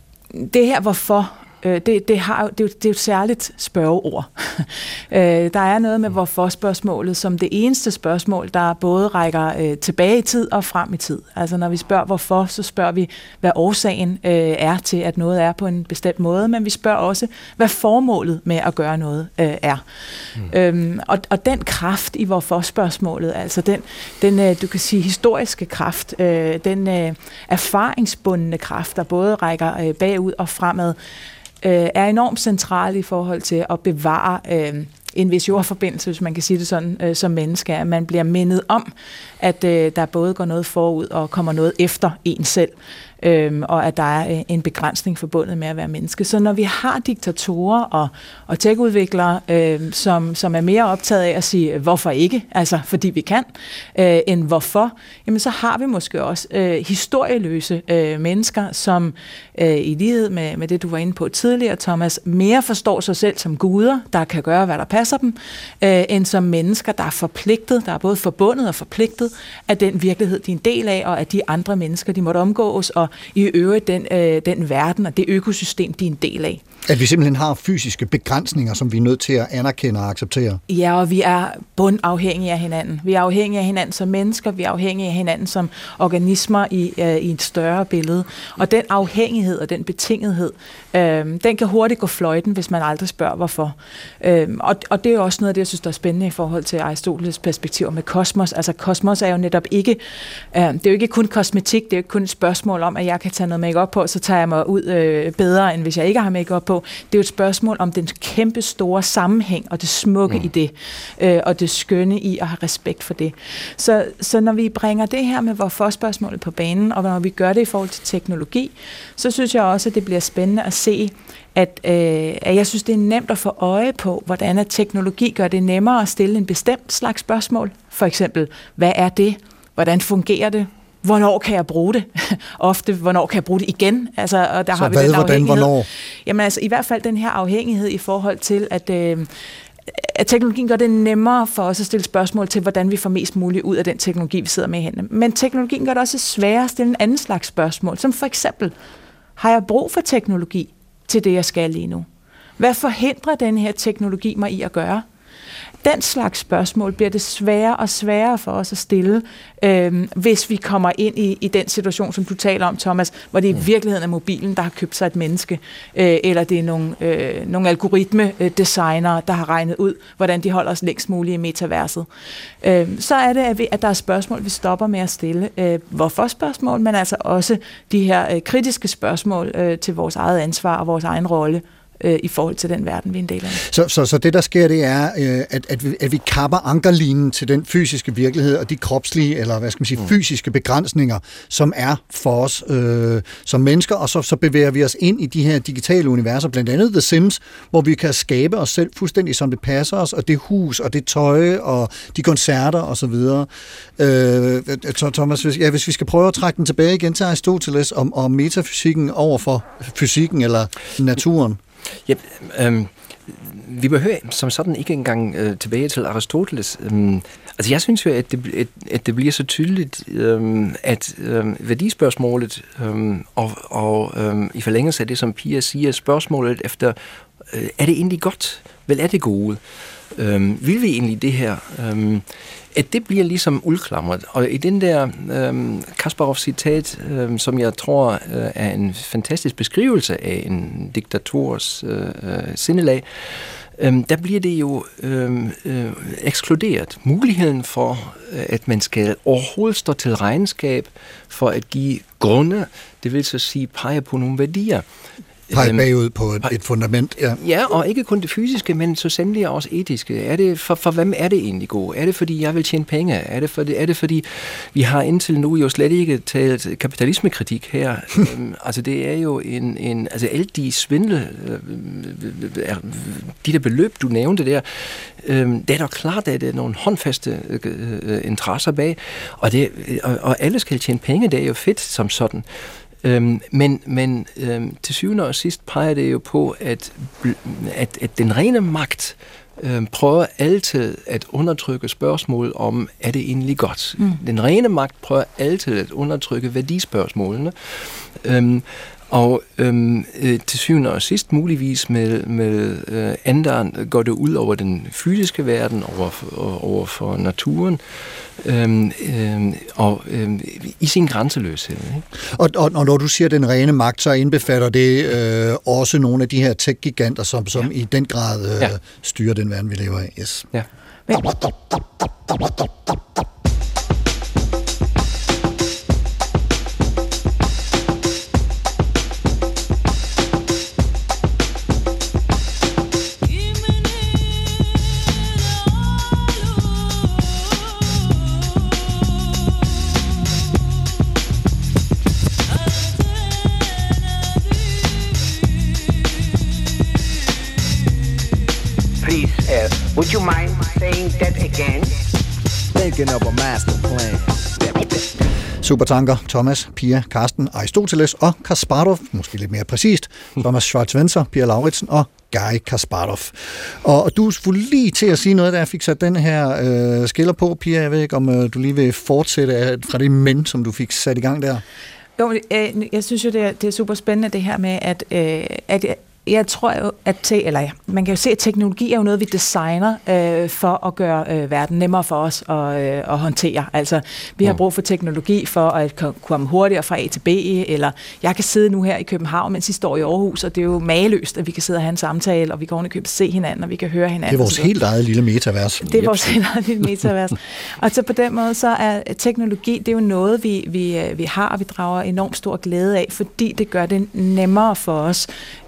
det her hvorfor, øh, det, det, har, det, er jo, det er jo et særligt spørgeord. øh, der er noget med hvorfor-spørgsmålet som det eneste spørgsmål, der både rækker øh, tilbage i tid og frem i tid. Altså når vi spørger hvorfor, så spørger vi, hvad årsagen øh, er til, at noget er på en bestemt måde, men vi spørger også, hvad formålet med at gøre noget øh, er. Mm. Øhm, og, og den kraft i hvorfor-spørgsmålet, altså den, den øh, du kan sige, historiske kraft, øh, den øh, erfaringsbundne kraft, der både rækker øh, bagud og fremad, øh, er enormt central i forhold til at bevare øh, en vis jordforbindelse, hvis man kan sige det sådan, øh, som menneske, at man bliver mindet om, at øh, der både går noget forud og kommer noget efter en selv, øh, og at der er øh, en begrænsning forbundet med at være menneske. Så når vi har diktatorer og, og tech-udviklere, øh, som, som er mere optaget af at sige, hvorfor ikke, altså fordi vi kan, øh, end hvorfor, jamen så har vi måske også øh, historieløse øh, mennesker, som øh, i lighed med, med det, du var inde på tidligere, Thomas, mere forstår sig selv som guder, der kan gøre, hvad der passer dem, øh, end som mennesker, der er forpligtet, der er både forbundet og forpligtet af den virkelighed, de er en del af, og af de andre mennesker, de måtte omgås, og i øvrigt den, øh, den verden og det økosystem, de er en del af. At vi simpelthen har fysiske begrænsninger, som vi er nødt til at anerkende og acceptere. Ja, og vi er bundafhængige af hinanden. Vi er afhængige af hinanden som mennesker, vi er afhængige af hinanden som organismer i, øh, i et større billede. Og den afhængighed og den betingethed, øh, den kan hurtigt gå fløjten, hvis man aldrig spørger hvorfor. Øh, og, og det er jo også noget af det, jeg synes, der er spændende i forhold til Aristoteles perspektiv med kosmos. Altså kosmos er jo netop ikke, øh, det er jo ikke kun kosmetik, det er jo ikke kun et spørgsmål om, at jeg kan tage noget make-up på, så tager jeg mig ud øh, bedre, end hvis jeg ikke har make-up på. Det er jo et spørgsmål om den kæmpe store sammenhæng og det smukke mm. i det, øh, og det skønne i at have respekt for det. Så, så når vi bringer det her med hvorfor-spørgsmålet på banen, og når vi gør det i forhold til teknologi, så synes jeg også, at det bliver spændende at se, at, øh, at jeg synes, det er nemt at få øje på, hvordan at teknologi gør det nemmere at stille en bestemt slags spørgsmål. For eksempel, hvad er det? Hvordan fungerer det? hvornår kan jeg bruge det? Ofte, hvornår kan jeg bruge det igen? Altså, og der så har vi hvad, den hvordan, hvornår? Jamen altså, i hvert fald den her afhængighed i forhold til, at, øh, at teknologien gør det nemmere for os at stille spørgsmål til, hvordan vi får mest muligt ud af den teknologi, vi sidder med i hænderne. Men teknologien gør det også sværere at stille en anden slags spørgsmål, som for eksempel, har jeg brug for teknologi til det, jeg skal lige nu? Hvad forhindrer den her teknologi mig i at gøre? Den slags spørgsmål bliver det sværere og sværere for os at stille, øh, hvis vi kommer ind i, i den situation, som du taler om, Thomas, hvor det i virkeligheden er mobilen, der har købt sig et menneske, øh, eller det er nogle, øh, nogle algoritme-designere, der har regnet ud, hvordan de holder os længst muligt i metaverset. Øh, så er det, at, vi, at der er spørgsmål, vi stopper med at stille. Øh, hvorfor spørgsmål, men altså også de her øh, kritiske spørgsmål øh, til vores eget ansvar og vores egen rolle i forhold til den verden, vi er en del af. Så, så, så det, der sker, det er, at, at, vi, at vi kapper ankerlinen til den fysiske virkelighed og de kropslige, eller hvad skal man sige, fysiske begrænsninger, som er for os øh, som mennesker, og så, så bevæger vi os ind i de her digitale universer, blandt andet The Sims, hvor vi kan skabe os selv fuldstændig, som det passer os, og det hus, og det tøj, og de koncerter, og så videre. Øh, Thomas, hvis, ja, hvis vi skal prøve at trække den tilbage igen til Aristoteles om, om metafysikken over for fysikken, eller naturen. Ja, øh, vi behøver som sådan ikke engang øh, tilbage til Aristoteles. Øh, altså jeg synes jo, at det, at, at det bliver så tydeligt, øh, at øh, værdispørgsmålet, øh, og, og øh, i forlængelse af det, som Pia siger, spørgsmålet efter, øh, er det egentlig godt? Vel er det gode? Øh, vil vi egentlig det her? Øh, at det bliver ligesom udklamret. Og i den der øh, Kasparov-citat, øh, som jeg tror øh, er en fantastisk beskrivelse af en diktators øh, sindelag, øh, der bliver det jo øh, øh, ekskluderet. Muligheden for, at man skal overhovedet stå til regnskab for at give grunde, det vil så sige pege på nogle værdier. Pege bagud på et, et fundament, ja. Ja, og ikke kun det fysiske, men så sandelig også etiske. Er det for, for hvem er det egentlig god? Er det fordi, jeg vil tjene penge? Er det, for, er det fordi, vi har indtil nu jo slet ikke taget kapitalismekritik her? øhm, altså det er jo en, en altså alle de svindle, øh, de der beløb, du nævnte der, øh, det er da klart, at det er nogle håndfaste øh, interesser bag, og, det, og, og alle skal tjene penge, det er jo fedt som sådan. Øhm, men men øhm, til syvende og sidst peger det jo på, at, at, at den rene magt øhm, prøver altid at undertrykke spørgsmål om, er det egentlig godt? Mm. Den rene magt prøver altid at undertrykke værdispørgsmålene. Øhm, Og øhm, øh, til syvende og sidst muligvis med, med øh, anderen går det ud over den fysiske verden, over for, over for naturen, øhm, øhm, og øhm, i sin grænseløshed. Ikke? Og, og, og når du siger den rene magt, så indbefatter det øh, også nogle af de her tech-giganter, som, som ja. i den grad øh, ja. styrer den verden, vi lever i. Yes. Ja. Would you mind saying that again? Thinking of a master plan. Supertanker, Thomas, Pia, Carsten, Aristoteles og Kasparov, måske lidt mere præcist, Thomas Schwartz-Wenzer, Pia Lauritsen og Garry Kasparov. Og du skulle lige til at sige noget, da jeg fik sat den her øh, skiller på, Pia. Jeg ved ikke, om øh, du lige vil fortsætte fra det men, som du fik sat i gang der. Jo, øh, jeg synes jo, det er, det er super spændende det her med, at, øh, at jeg tror jo, at te, eller ja, man kan jo se, at teknologi er jo noget, vi designer øh, for at gøre øh, verden nemmere for os at, øh, at håndtere. Altså, vi har brug for teknologi for at komme hurtigere fra A til B, eller jeg kan sidde nu her i København, mens I står i Aarhus, og det er jo mageløst, at vi kan sidde og have en samtale, og vi kan ovenikøbet se hinanden, og vi kan høre hinanden. Det er vores helt eget lille metavers. Det er vores helt eget lille metavers. Og så på den måde, så er teknologi, det er jo noget, vi, vi, vi har, og vi drager enormt stor glæde af, fordi det gør det nemmere for os øh, at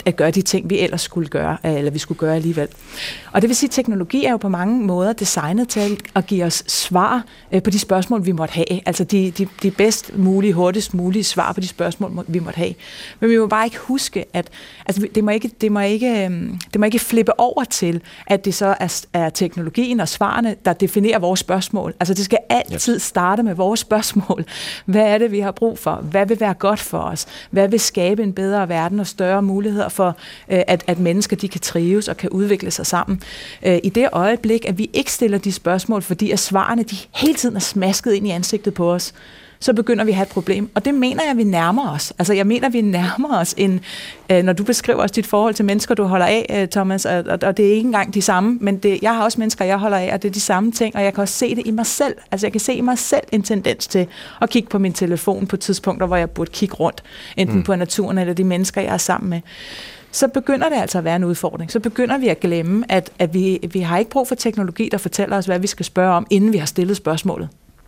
at, at gøre de ting, vi ellers skulle gøre, eller vi skulle gøre alligevel. Og det vil sige, at teknologi er jo på mange måder designet til at give os svar på de spørgsmål, vi måtte have. Altså de, de, de bedst mulige, hurtigst mulige svar på de spørgsmål, vi måtte have. Men vi må bare ikke huske, at altså, det, må ikke, det, må ikke, det må ikke flippe over til, at det så er, er teknologien og svarene, der definerer vores spørgsmål. Altså det skal altid starte med vores spørgsmål. Hvad er det, vi har brug for? Hvad vil være godt for os? Hvad vil skabe en bedre verden og større muligheder for, at, at mennesker de kan trives og kan udvikle sig sammen? I det øjeblik, at vi ikke stiller de spørgsmål, fordi at svarene de hele tiden er smasket ind i ansigtet på os, så begynder vi at have et problem. Og det mener jeg, at vi nærmer os. Altså, jeg mener, at vi nærmer os, en, øh, når du beskriver også dit forhold til mennesker, du holder af, øh, Thomas, og, og, og det er ikke engang de samme, men det, jeg har også mennesker, jeg holder af, og det er de samme ting, og jeg kan også se det i mig selv. Altså, jeg kan se i mig selv en tendens til at kigge på min telefon på tidspunkter, hvor jeg burde kigge rundt, enten mm. på naturen eller de mennesker, jeg er sammen med. Så begynder det altså at være en udfordring. Så begynder vi at glemme, at, at vi, vi har ikke brug for teknologi, der fortæller os, hvad vi skal spørge om, inden vi har stillet spørgsmålet.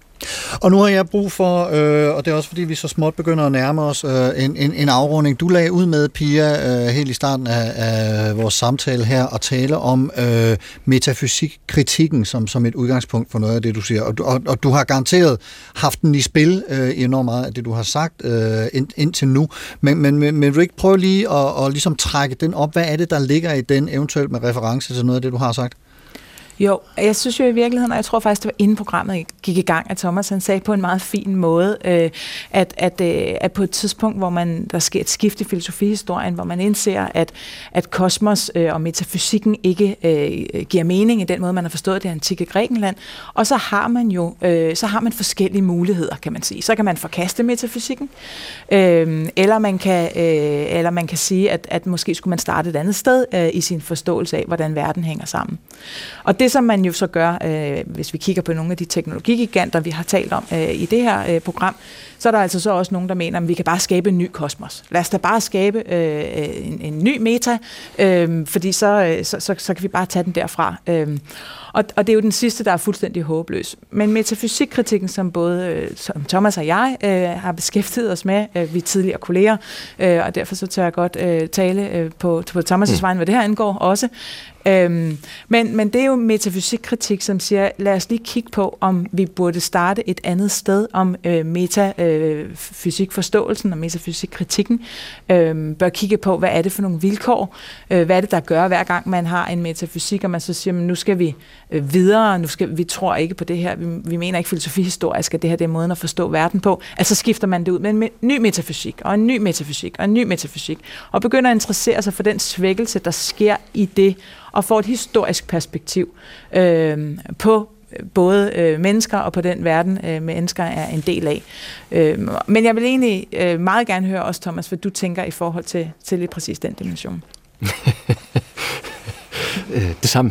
Og nu har jeg brug for, øh, og det er også fordi, vi så småt begynder at nærme os, øh, en, en, en afrunding. Du lagde ud med, Pia, øh, helt i starten af, af vores samtale her, og tale om øh, metafysik-kritikken som, som et udgangspunkt for noget af det, du siger. Og, og, og du har garanteret haft den i spil øh, enormt meget af det, du har sagt øh, ind, indtil nu. Men, men, men, men Rick, prøv lige at og ligesom trække den op. Hvad er det, der ligger i den, eventuelt med reference til noget af det, du har sagt? Jo, jeg synes jo i virkeligheden, og jeg tror faktisk, det var inden programmet gik i gang, at Thomas han sagde på en meget fin måde, øh, at, at, øh, at på et tidspunkt, hvor man, der sker et skift i filosofihistorien, hvor man indser, at, at kosmos øh, og metafysikken ikke øh, giver mening i den måde, man har forstået det antikke Grækenland, og så har man jo øh, så har man forskellige muligheder, kan man sige. Så kan man forkaste metafysikken, øh, eller, man kan, øh, eller man kan sige, at, at måske skulle man starte et andet sted øh, i sin forståelse af, hvordan verden hænger sammen. Og det, som man jo så gør, øh, hvis vi kigger på nogle af de teknologigiganter, vi har talt om øh, i det her øh, program, så er der altså så også nogen, der mener, at vi kan bare skabe en ny kosmos. Lad os da bare skabe øh, en, en ny meta, øh, fordi så, så, så, så kan vi bare tage den derfra. Øh, og, og det er jo den sidste, der er fuldstændig håbløs. Men metafysikkritikken, som både øh, som Thomas og jeg øh, har beskæftiget os med, øh, vi er tidligere kolleger, øh, og derfor så tør jeg godt øh, tale øh, på, på Thomas' vegne, hvad det her angår også. Øhm, men, men det er jo metafysikkritik, som siger, lad os lige kigge på, om vi burde starte et andet sted, om øh, metafysikforståelsen og metafysikkritikken øh, bør kigge på, hvad er det for nogle vilkår, øh, hvad er det, der gør, hver gang man har en metafysik, og man så siger, men nu skal vi øh, videre, nu skal vi tror ikke på det her, vi, vi mener ikke filosofihistorisk, at det her det er måden at forstå verden på, altså skifter man det ud med en me- ny metafysik, og en ny metafysik, og en ny metafysik, og begynder at interessere sig for den svækkelse, der sker i det, og får et historisk perspektiv øh, på både øh, mennesker og på den verden, øh, mennesker er en del af. Øh, men jeg vil egentlig øh, meget gerne høre også, Thomas, hvad du tænker i forhold til, til lige præcis den dimension. Det samme.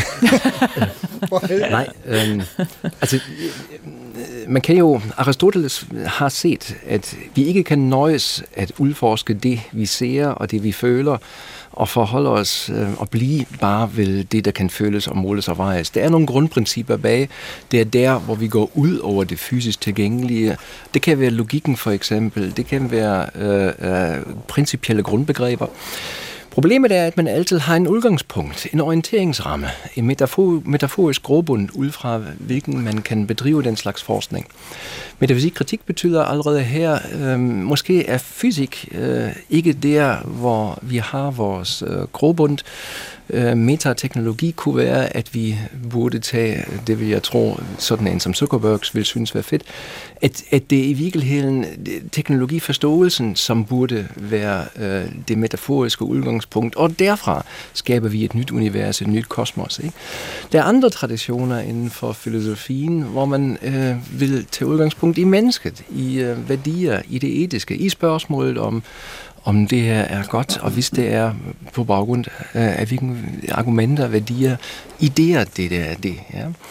Nej, øh, altså man kan jo, Aristoteles har set, at vi ikke kan nøjes at udforske det, vi ser og det, vi føler, og forholde os øh, og blive bare ved det, der kan føles og måles og vejes. Der er nogle grundprincipper bag. Det er der, hvor vi går ud over det fysisk tilgængelige. Det kan være logikken for eksempel. Det kan være øh, øh, principielle grundbegreber. Problemet er, at man altid har en udgangspunkt, en orienteringsramme, en metafor, metaforisk grobund, ud fra hvilken man kan bedrive den slags forskning. Metafysikkritik betyder allerede her, øh, måske er fysik øh, ikke der, hvor vi har vores øh, grobund. Øh, metateknologi kunne være, at vi burde tage, det vil jeg tro, sådan en som Zuckerberg vil synes være fedt, at, at det er i virkeligheden teknologiforståelsen, som burde være øh, det metaforiske udgangspunkt, og derfra skaber vi et nyt univers, et nyt kosmos. Ikke? Der er andre traditioner inden for filosofien, hvor man øh, vil tage udgangspunkt i mennesket, i øh, værdier, i det etiske, i spørgsmålet om om det her er godt, og hvis det er på baggrund af hvilke argumenter, værdier, idéer, det der er det. Ja.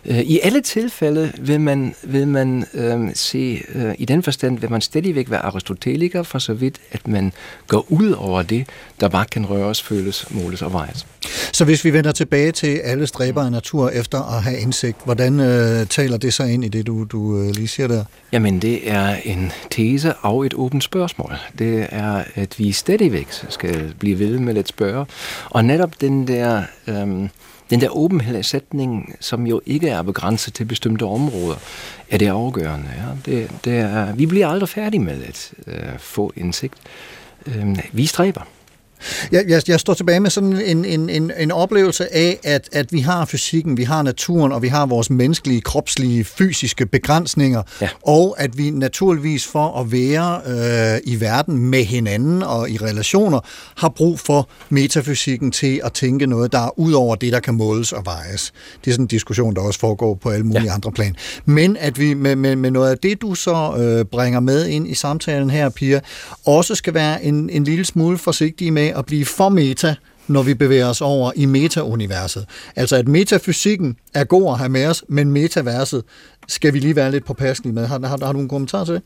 I alle tilfælde vil man, vil man øh, se, øh, i den forstand vil man stadigvæk være aristoteliker, for så vidt, at man går ud over det, der bare kan røres, føles, måles og vejes. Så hvis vi vender tilbage til alle stræber af natur efter at have indsigt, hvordan øh, taler det så ind i det, du, du øh, lige siger der? Jamen, det er en tese og et åbent spørgsmål. Det er, at vi stadigvæk skal blive ved med at spørge, og netop den der... Øh, Den der åbenhedssætning, som jo ikke er begrænset til bestemte områder, er det afgørende. Ja? Det, det er, vi bliver aldrig færdige med at øh, få indsigt. Øh, vi stræber. Jeg, jeg, jeg står tilbage med sådan en, en, en, en oplevelse af, at, at vi har fysikken, vi har naturen, og vi har vores menneskelige, kropslige, fysiske begrænsninger, ja. Og at vi naturligvis for at være øh, i verden med hinanden og i relationer, har brug for metafysikken til at tænke noget, der er ud over det, der kan måles og vejes. Det er sådan en diskussion, der også foregår på alle mulige ja. andre plan. Men at vi med, med, med noget af det, du så øh, bringer med ind i samtalen her, Pia, også skal være en, en lille smule forsigtige med at blive for meta, når vi bevæger os over i meta-universet. Altså at metafysikken er god at have med os, men metaverset skal vi lige være lidt påpasselige med. Har, har, har du en kommentar til det?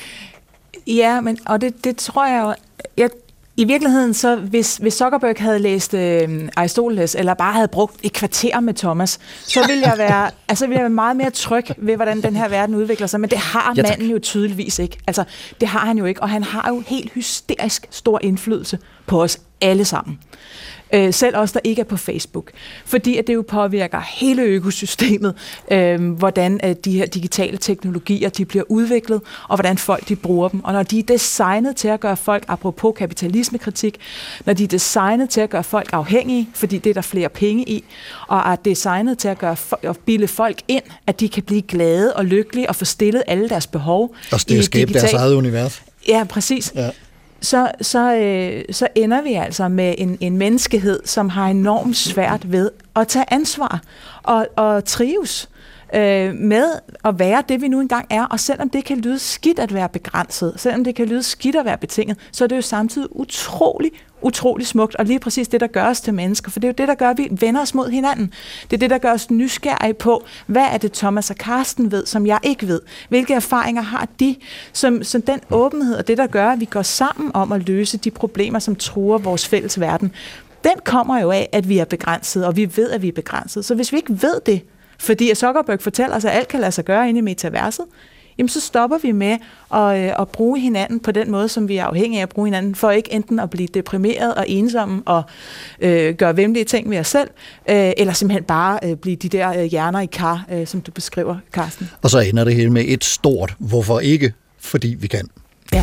Ja, men, og det, det tror jeg jo... Jeg, I virkeligheden, så hvis, hvis Zuckerberg havde læst øh, Aristoteles, eller bare havde brugt et kvarter med Thomas, så ville jeg være, altså ville jeg være meget mere tryg ved, hvordan den her verden udvikler sig. Men det har ja, manden jo tydeligvis ikke. Altså, det har han jo ikke, og han har jo helt hysterisk stor indflydelse på os alle sammen. Øh, selv os, der ikke er på Facebook. Fordi at det jo påvirker hele økosystemet, øh, hvordan øh, de her digitale teknologier de bliver udviklet, og hvordan folk de bruger dem. Og når de er designet til at gøre folk, apropos kapitalismekritik, når de er designet til at gøre folk afhængige, fordi det er der flere penge i, og er designet til at, gøre, at bilde folk ind, at de kan blive glade og lykkelige og få stillet alle deres behov. Og det er skabe deres eget univers. Ja, præcis. Ja. Så, så, øh, så ender vi altså med en, en menneskehed, som har enormt svært ved at tage ansvar og, og trives øh, med at være det, vi nu engang er. Og selvom det kan lyde skidt at være begrænset, selvom det kan lyde skidt at være betinget, så er det jo samtidig utrolig, utrolig smukt, og lige præcis det, der gør os til mennesker. For det er jo det, der gør, at vi vender os mod hinanden. Det er det, der gør os nysgerrige på, hvad er det, Thomas og Karsten ved, som jeg ikke ved? Hvilke erfaringer har de? Som, som den åbenhed og det, der gør, at vi går sammen om at løse de problemer, som truer vores fælles verden, den kommer jo af, at vi er begrænset, og vi ved, at vi er begrænset. Så hvis vi ikke ved det, fordi Zuckerberg fortæller os, at alt kan lade sig gøre inde i metaverset, jamen så stopper vi med at, øh, at bruge hinanden på den måde, som vi er afhængige af at bruge hinanden, for ikke enten at blive deprimeret og ensomme og øh, gøre væmmelige ting ved os selv, øh, eller simpelthen bare øh, blive de der øh, hjerner i kar, øh, som du beskriver, Karsten. Og så ender det hele med et stort, hvorfor ikke, fordi vi kan. Ja.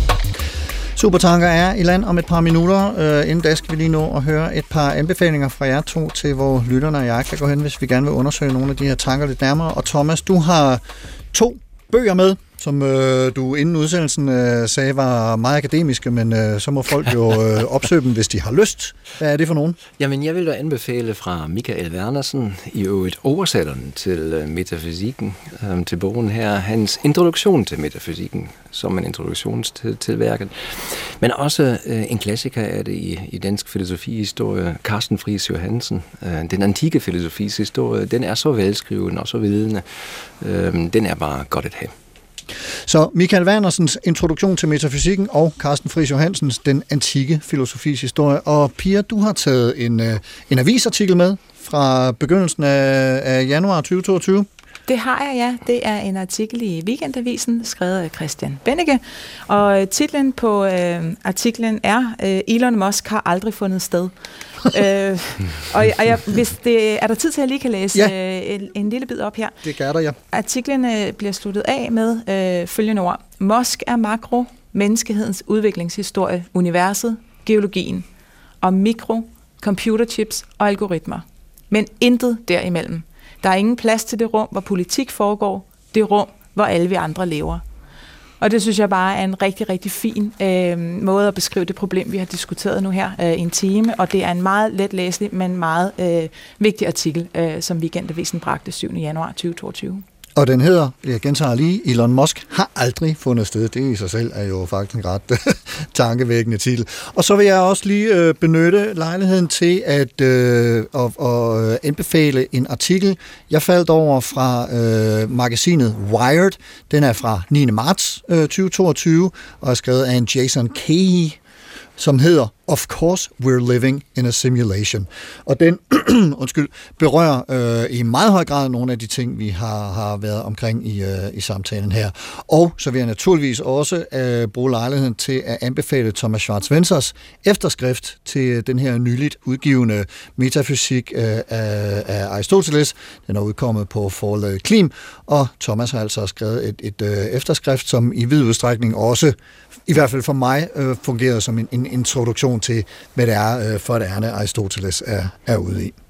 Supertanker er i land om et par minutter. Øh, inden da skal vi lige nå at høre et par anbefalinger fra jer to til, hvor lytterne og jeg kan gå hen, hvis vi gerne vil undersøge nogle af de her tanker lidt nærmere. Og Thomas, du har to bøger med, som øh, du inden udsendelsen øh, sagde var meget akademiske, men øh, så må folk jo øh, opsøge dem, hvis de har lyst. Hvad er det for nogen? Jamen, jeg vil da anbefale fra Michael Wernersen, i øvrigt oversætteren til øh, metafysikken, øh, til bogen her, hans introduktion til metafysikken, som en introduktion til, til værket. Men også øh, en klassiker er det i, i dansk filosofihistorie, Carsten Friis Johansen. Øh, den antikke filosofis historie, den er så velskriven og så vidende. Øh, den er bare godt at have. Så Michael Wernersens introduktion til metafysikken og Carsten Friis Johansens Den antikke filosofis historie. Og Pia, du har taget en, en avisartikel med fra begyndelsen af, af januar tyve toogtyve. Det har jeg, ja. Det er en artikel i Weekendavisen, skrevet af Christian Bennike, og titlen på øh, artiklen er øh, Elon Musk har aldrig fundet sted. øh, og og jeg, hvis det, er der tid til, at jeg lige kan læse ja. øh, en, en lille bid op her? Det gør der, ja. Artiklen øh, bliver sluttet af med øh, følgende ord. Musk er makro, menneskehedens udviklingshistorie, universet, geologien, og mikro, computerchips og algoritmer. Men intet derimellem. Der er ingen plads til det rum, hvor politik foregår, det rum, hvor alle vi andre lever. Og det synes jeg bare er en rigtig, rigtig fin øh, måde at beskrive det problem, vi har diskuteret nu her øh, i en time. Og det er en meget let læselig, men meget øh, vigtig artikel, øh, som Weekendavisen bragte syvende januar tyve toogtyve. Og den hedder, jeg gentager lige, Elon Musk har aldrig fundet sted. Det i sig selv er jo faktisk en ret tankevækkende titel. Og så vil jeg også lige øh, benytte lejligheden til at øh, og, og anbefale en artikel, jeg faldt over fra øh, magasinet Wired. Den er fra niende marts øh, tyve toogtyve og er skrevet af en Jason Kay, som hedder Of Course We're Living in a Simulation. Og den undskyld, berører øh, i meget høj grad nogle af de ting, vi har, har været omkring i, øh, i samtalen her. Og så vil jeg naturligvis også øh, bruge lejligheden til at anbefale Thomas Schwarz-Wentzers efterskrift til den her nyligt udgivende metafysik øh, af, af Aristoteles. Den er udkommet på forlaget Klim, og Thomas har altså skrevet et, et øh, efterskrift, som i vid udstrækning også, i hvert fald for mig, øh, fungerede som en, en introduktion til, hvad det er øh, for det ærne Aristoteles er, er ude i.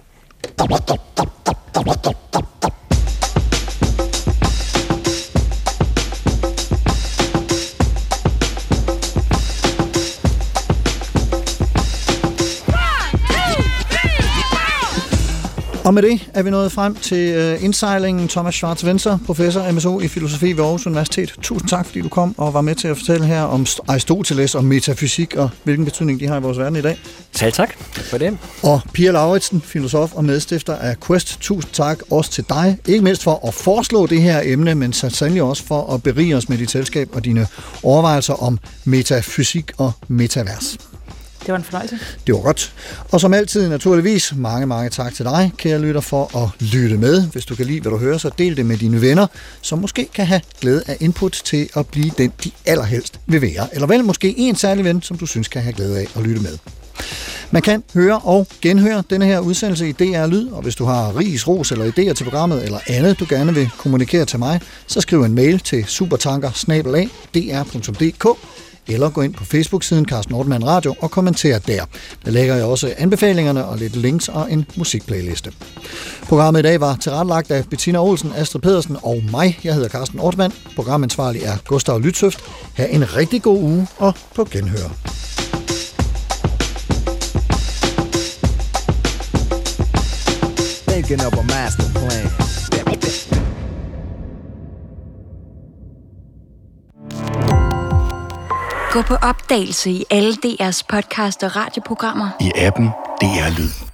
Og med det er vi nået frem til uh, indsejlingen. Thomas Schwarz-Wentzer, professor M S O i filosofi ved Aarhus Universitet. Tusind tak, fordi du kom og var med til at fortælle her om Aristoteles og metafysik, og hvilken betydning de har i vores verden i dag. Selv tak for det. Og Pia Lauritsen, filosof og medstifter af Quest. Tusind tak også til dig. Ikke mindst for at foreslå det her emne, men sandelig også for at berige os med dit selskab og dine overvejelser om metafysik og metavers. Det var en fornøjelse. Det var godt. Og som altid naturligvis, mange, mange tak til dig, kære lytter, for at lytte med. Hvis du kan lide, hvad du hører, så del det med dine venner, som måske kan have glæde af input til at blive den, de allerhelst vil være. Eller vel måske en særlig ven, som du synes kan have glæde af at lytte med. Man kan høre og genhøre denne her udsendelse i D R Lyd, og hvis du har ris, ros eller idéer til programmet eller andet, du gerne vil kommunikere til mig, så skriv en mail til supertanker snabel-a d r punktum d k eller gå ind på Facebook-siden Carsten Ortmann Radio og kommenter der. Der lægger jeg også anbefalingerne og lidt links og en musikplayliste. Programmet i dag var tilrettelagt af Bettina Olsen, Astrid Pedersen og mig. Jeg hedder Carsten Ortmann. Programansvarlig er Gustav Lytshøft. Ha' en rigtig god uge og på genhør. Thinking of a master plan. Gå på opdagelse i alle D R's podcast og radioprogrammer. I appen D R Lyd.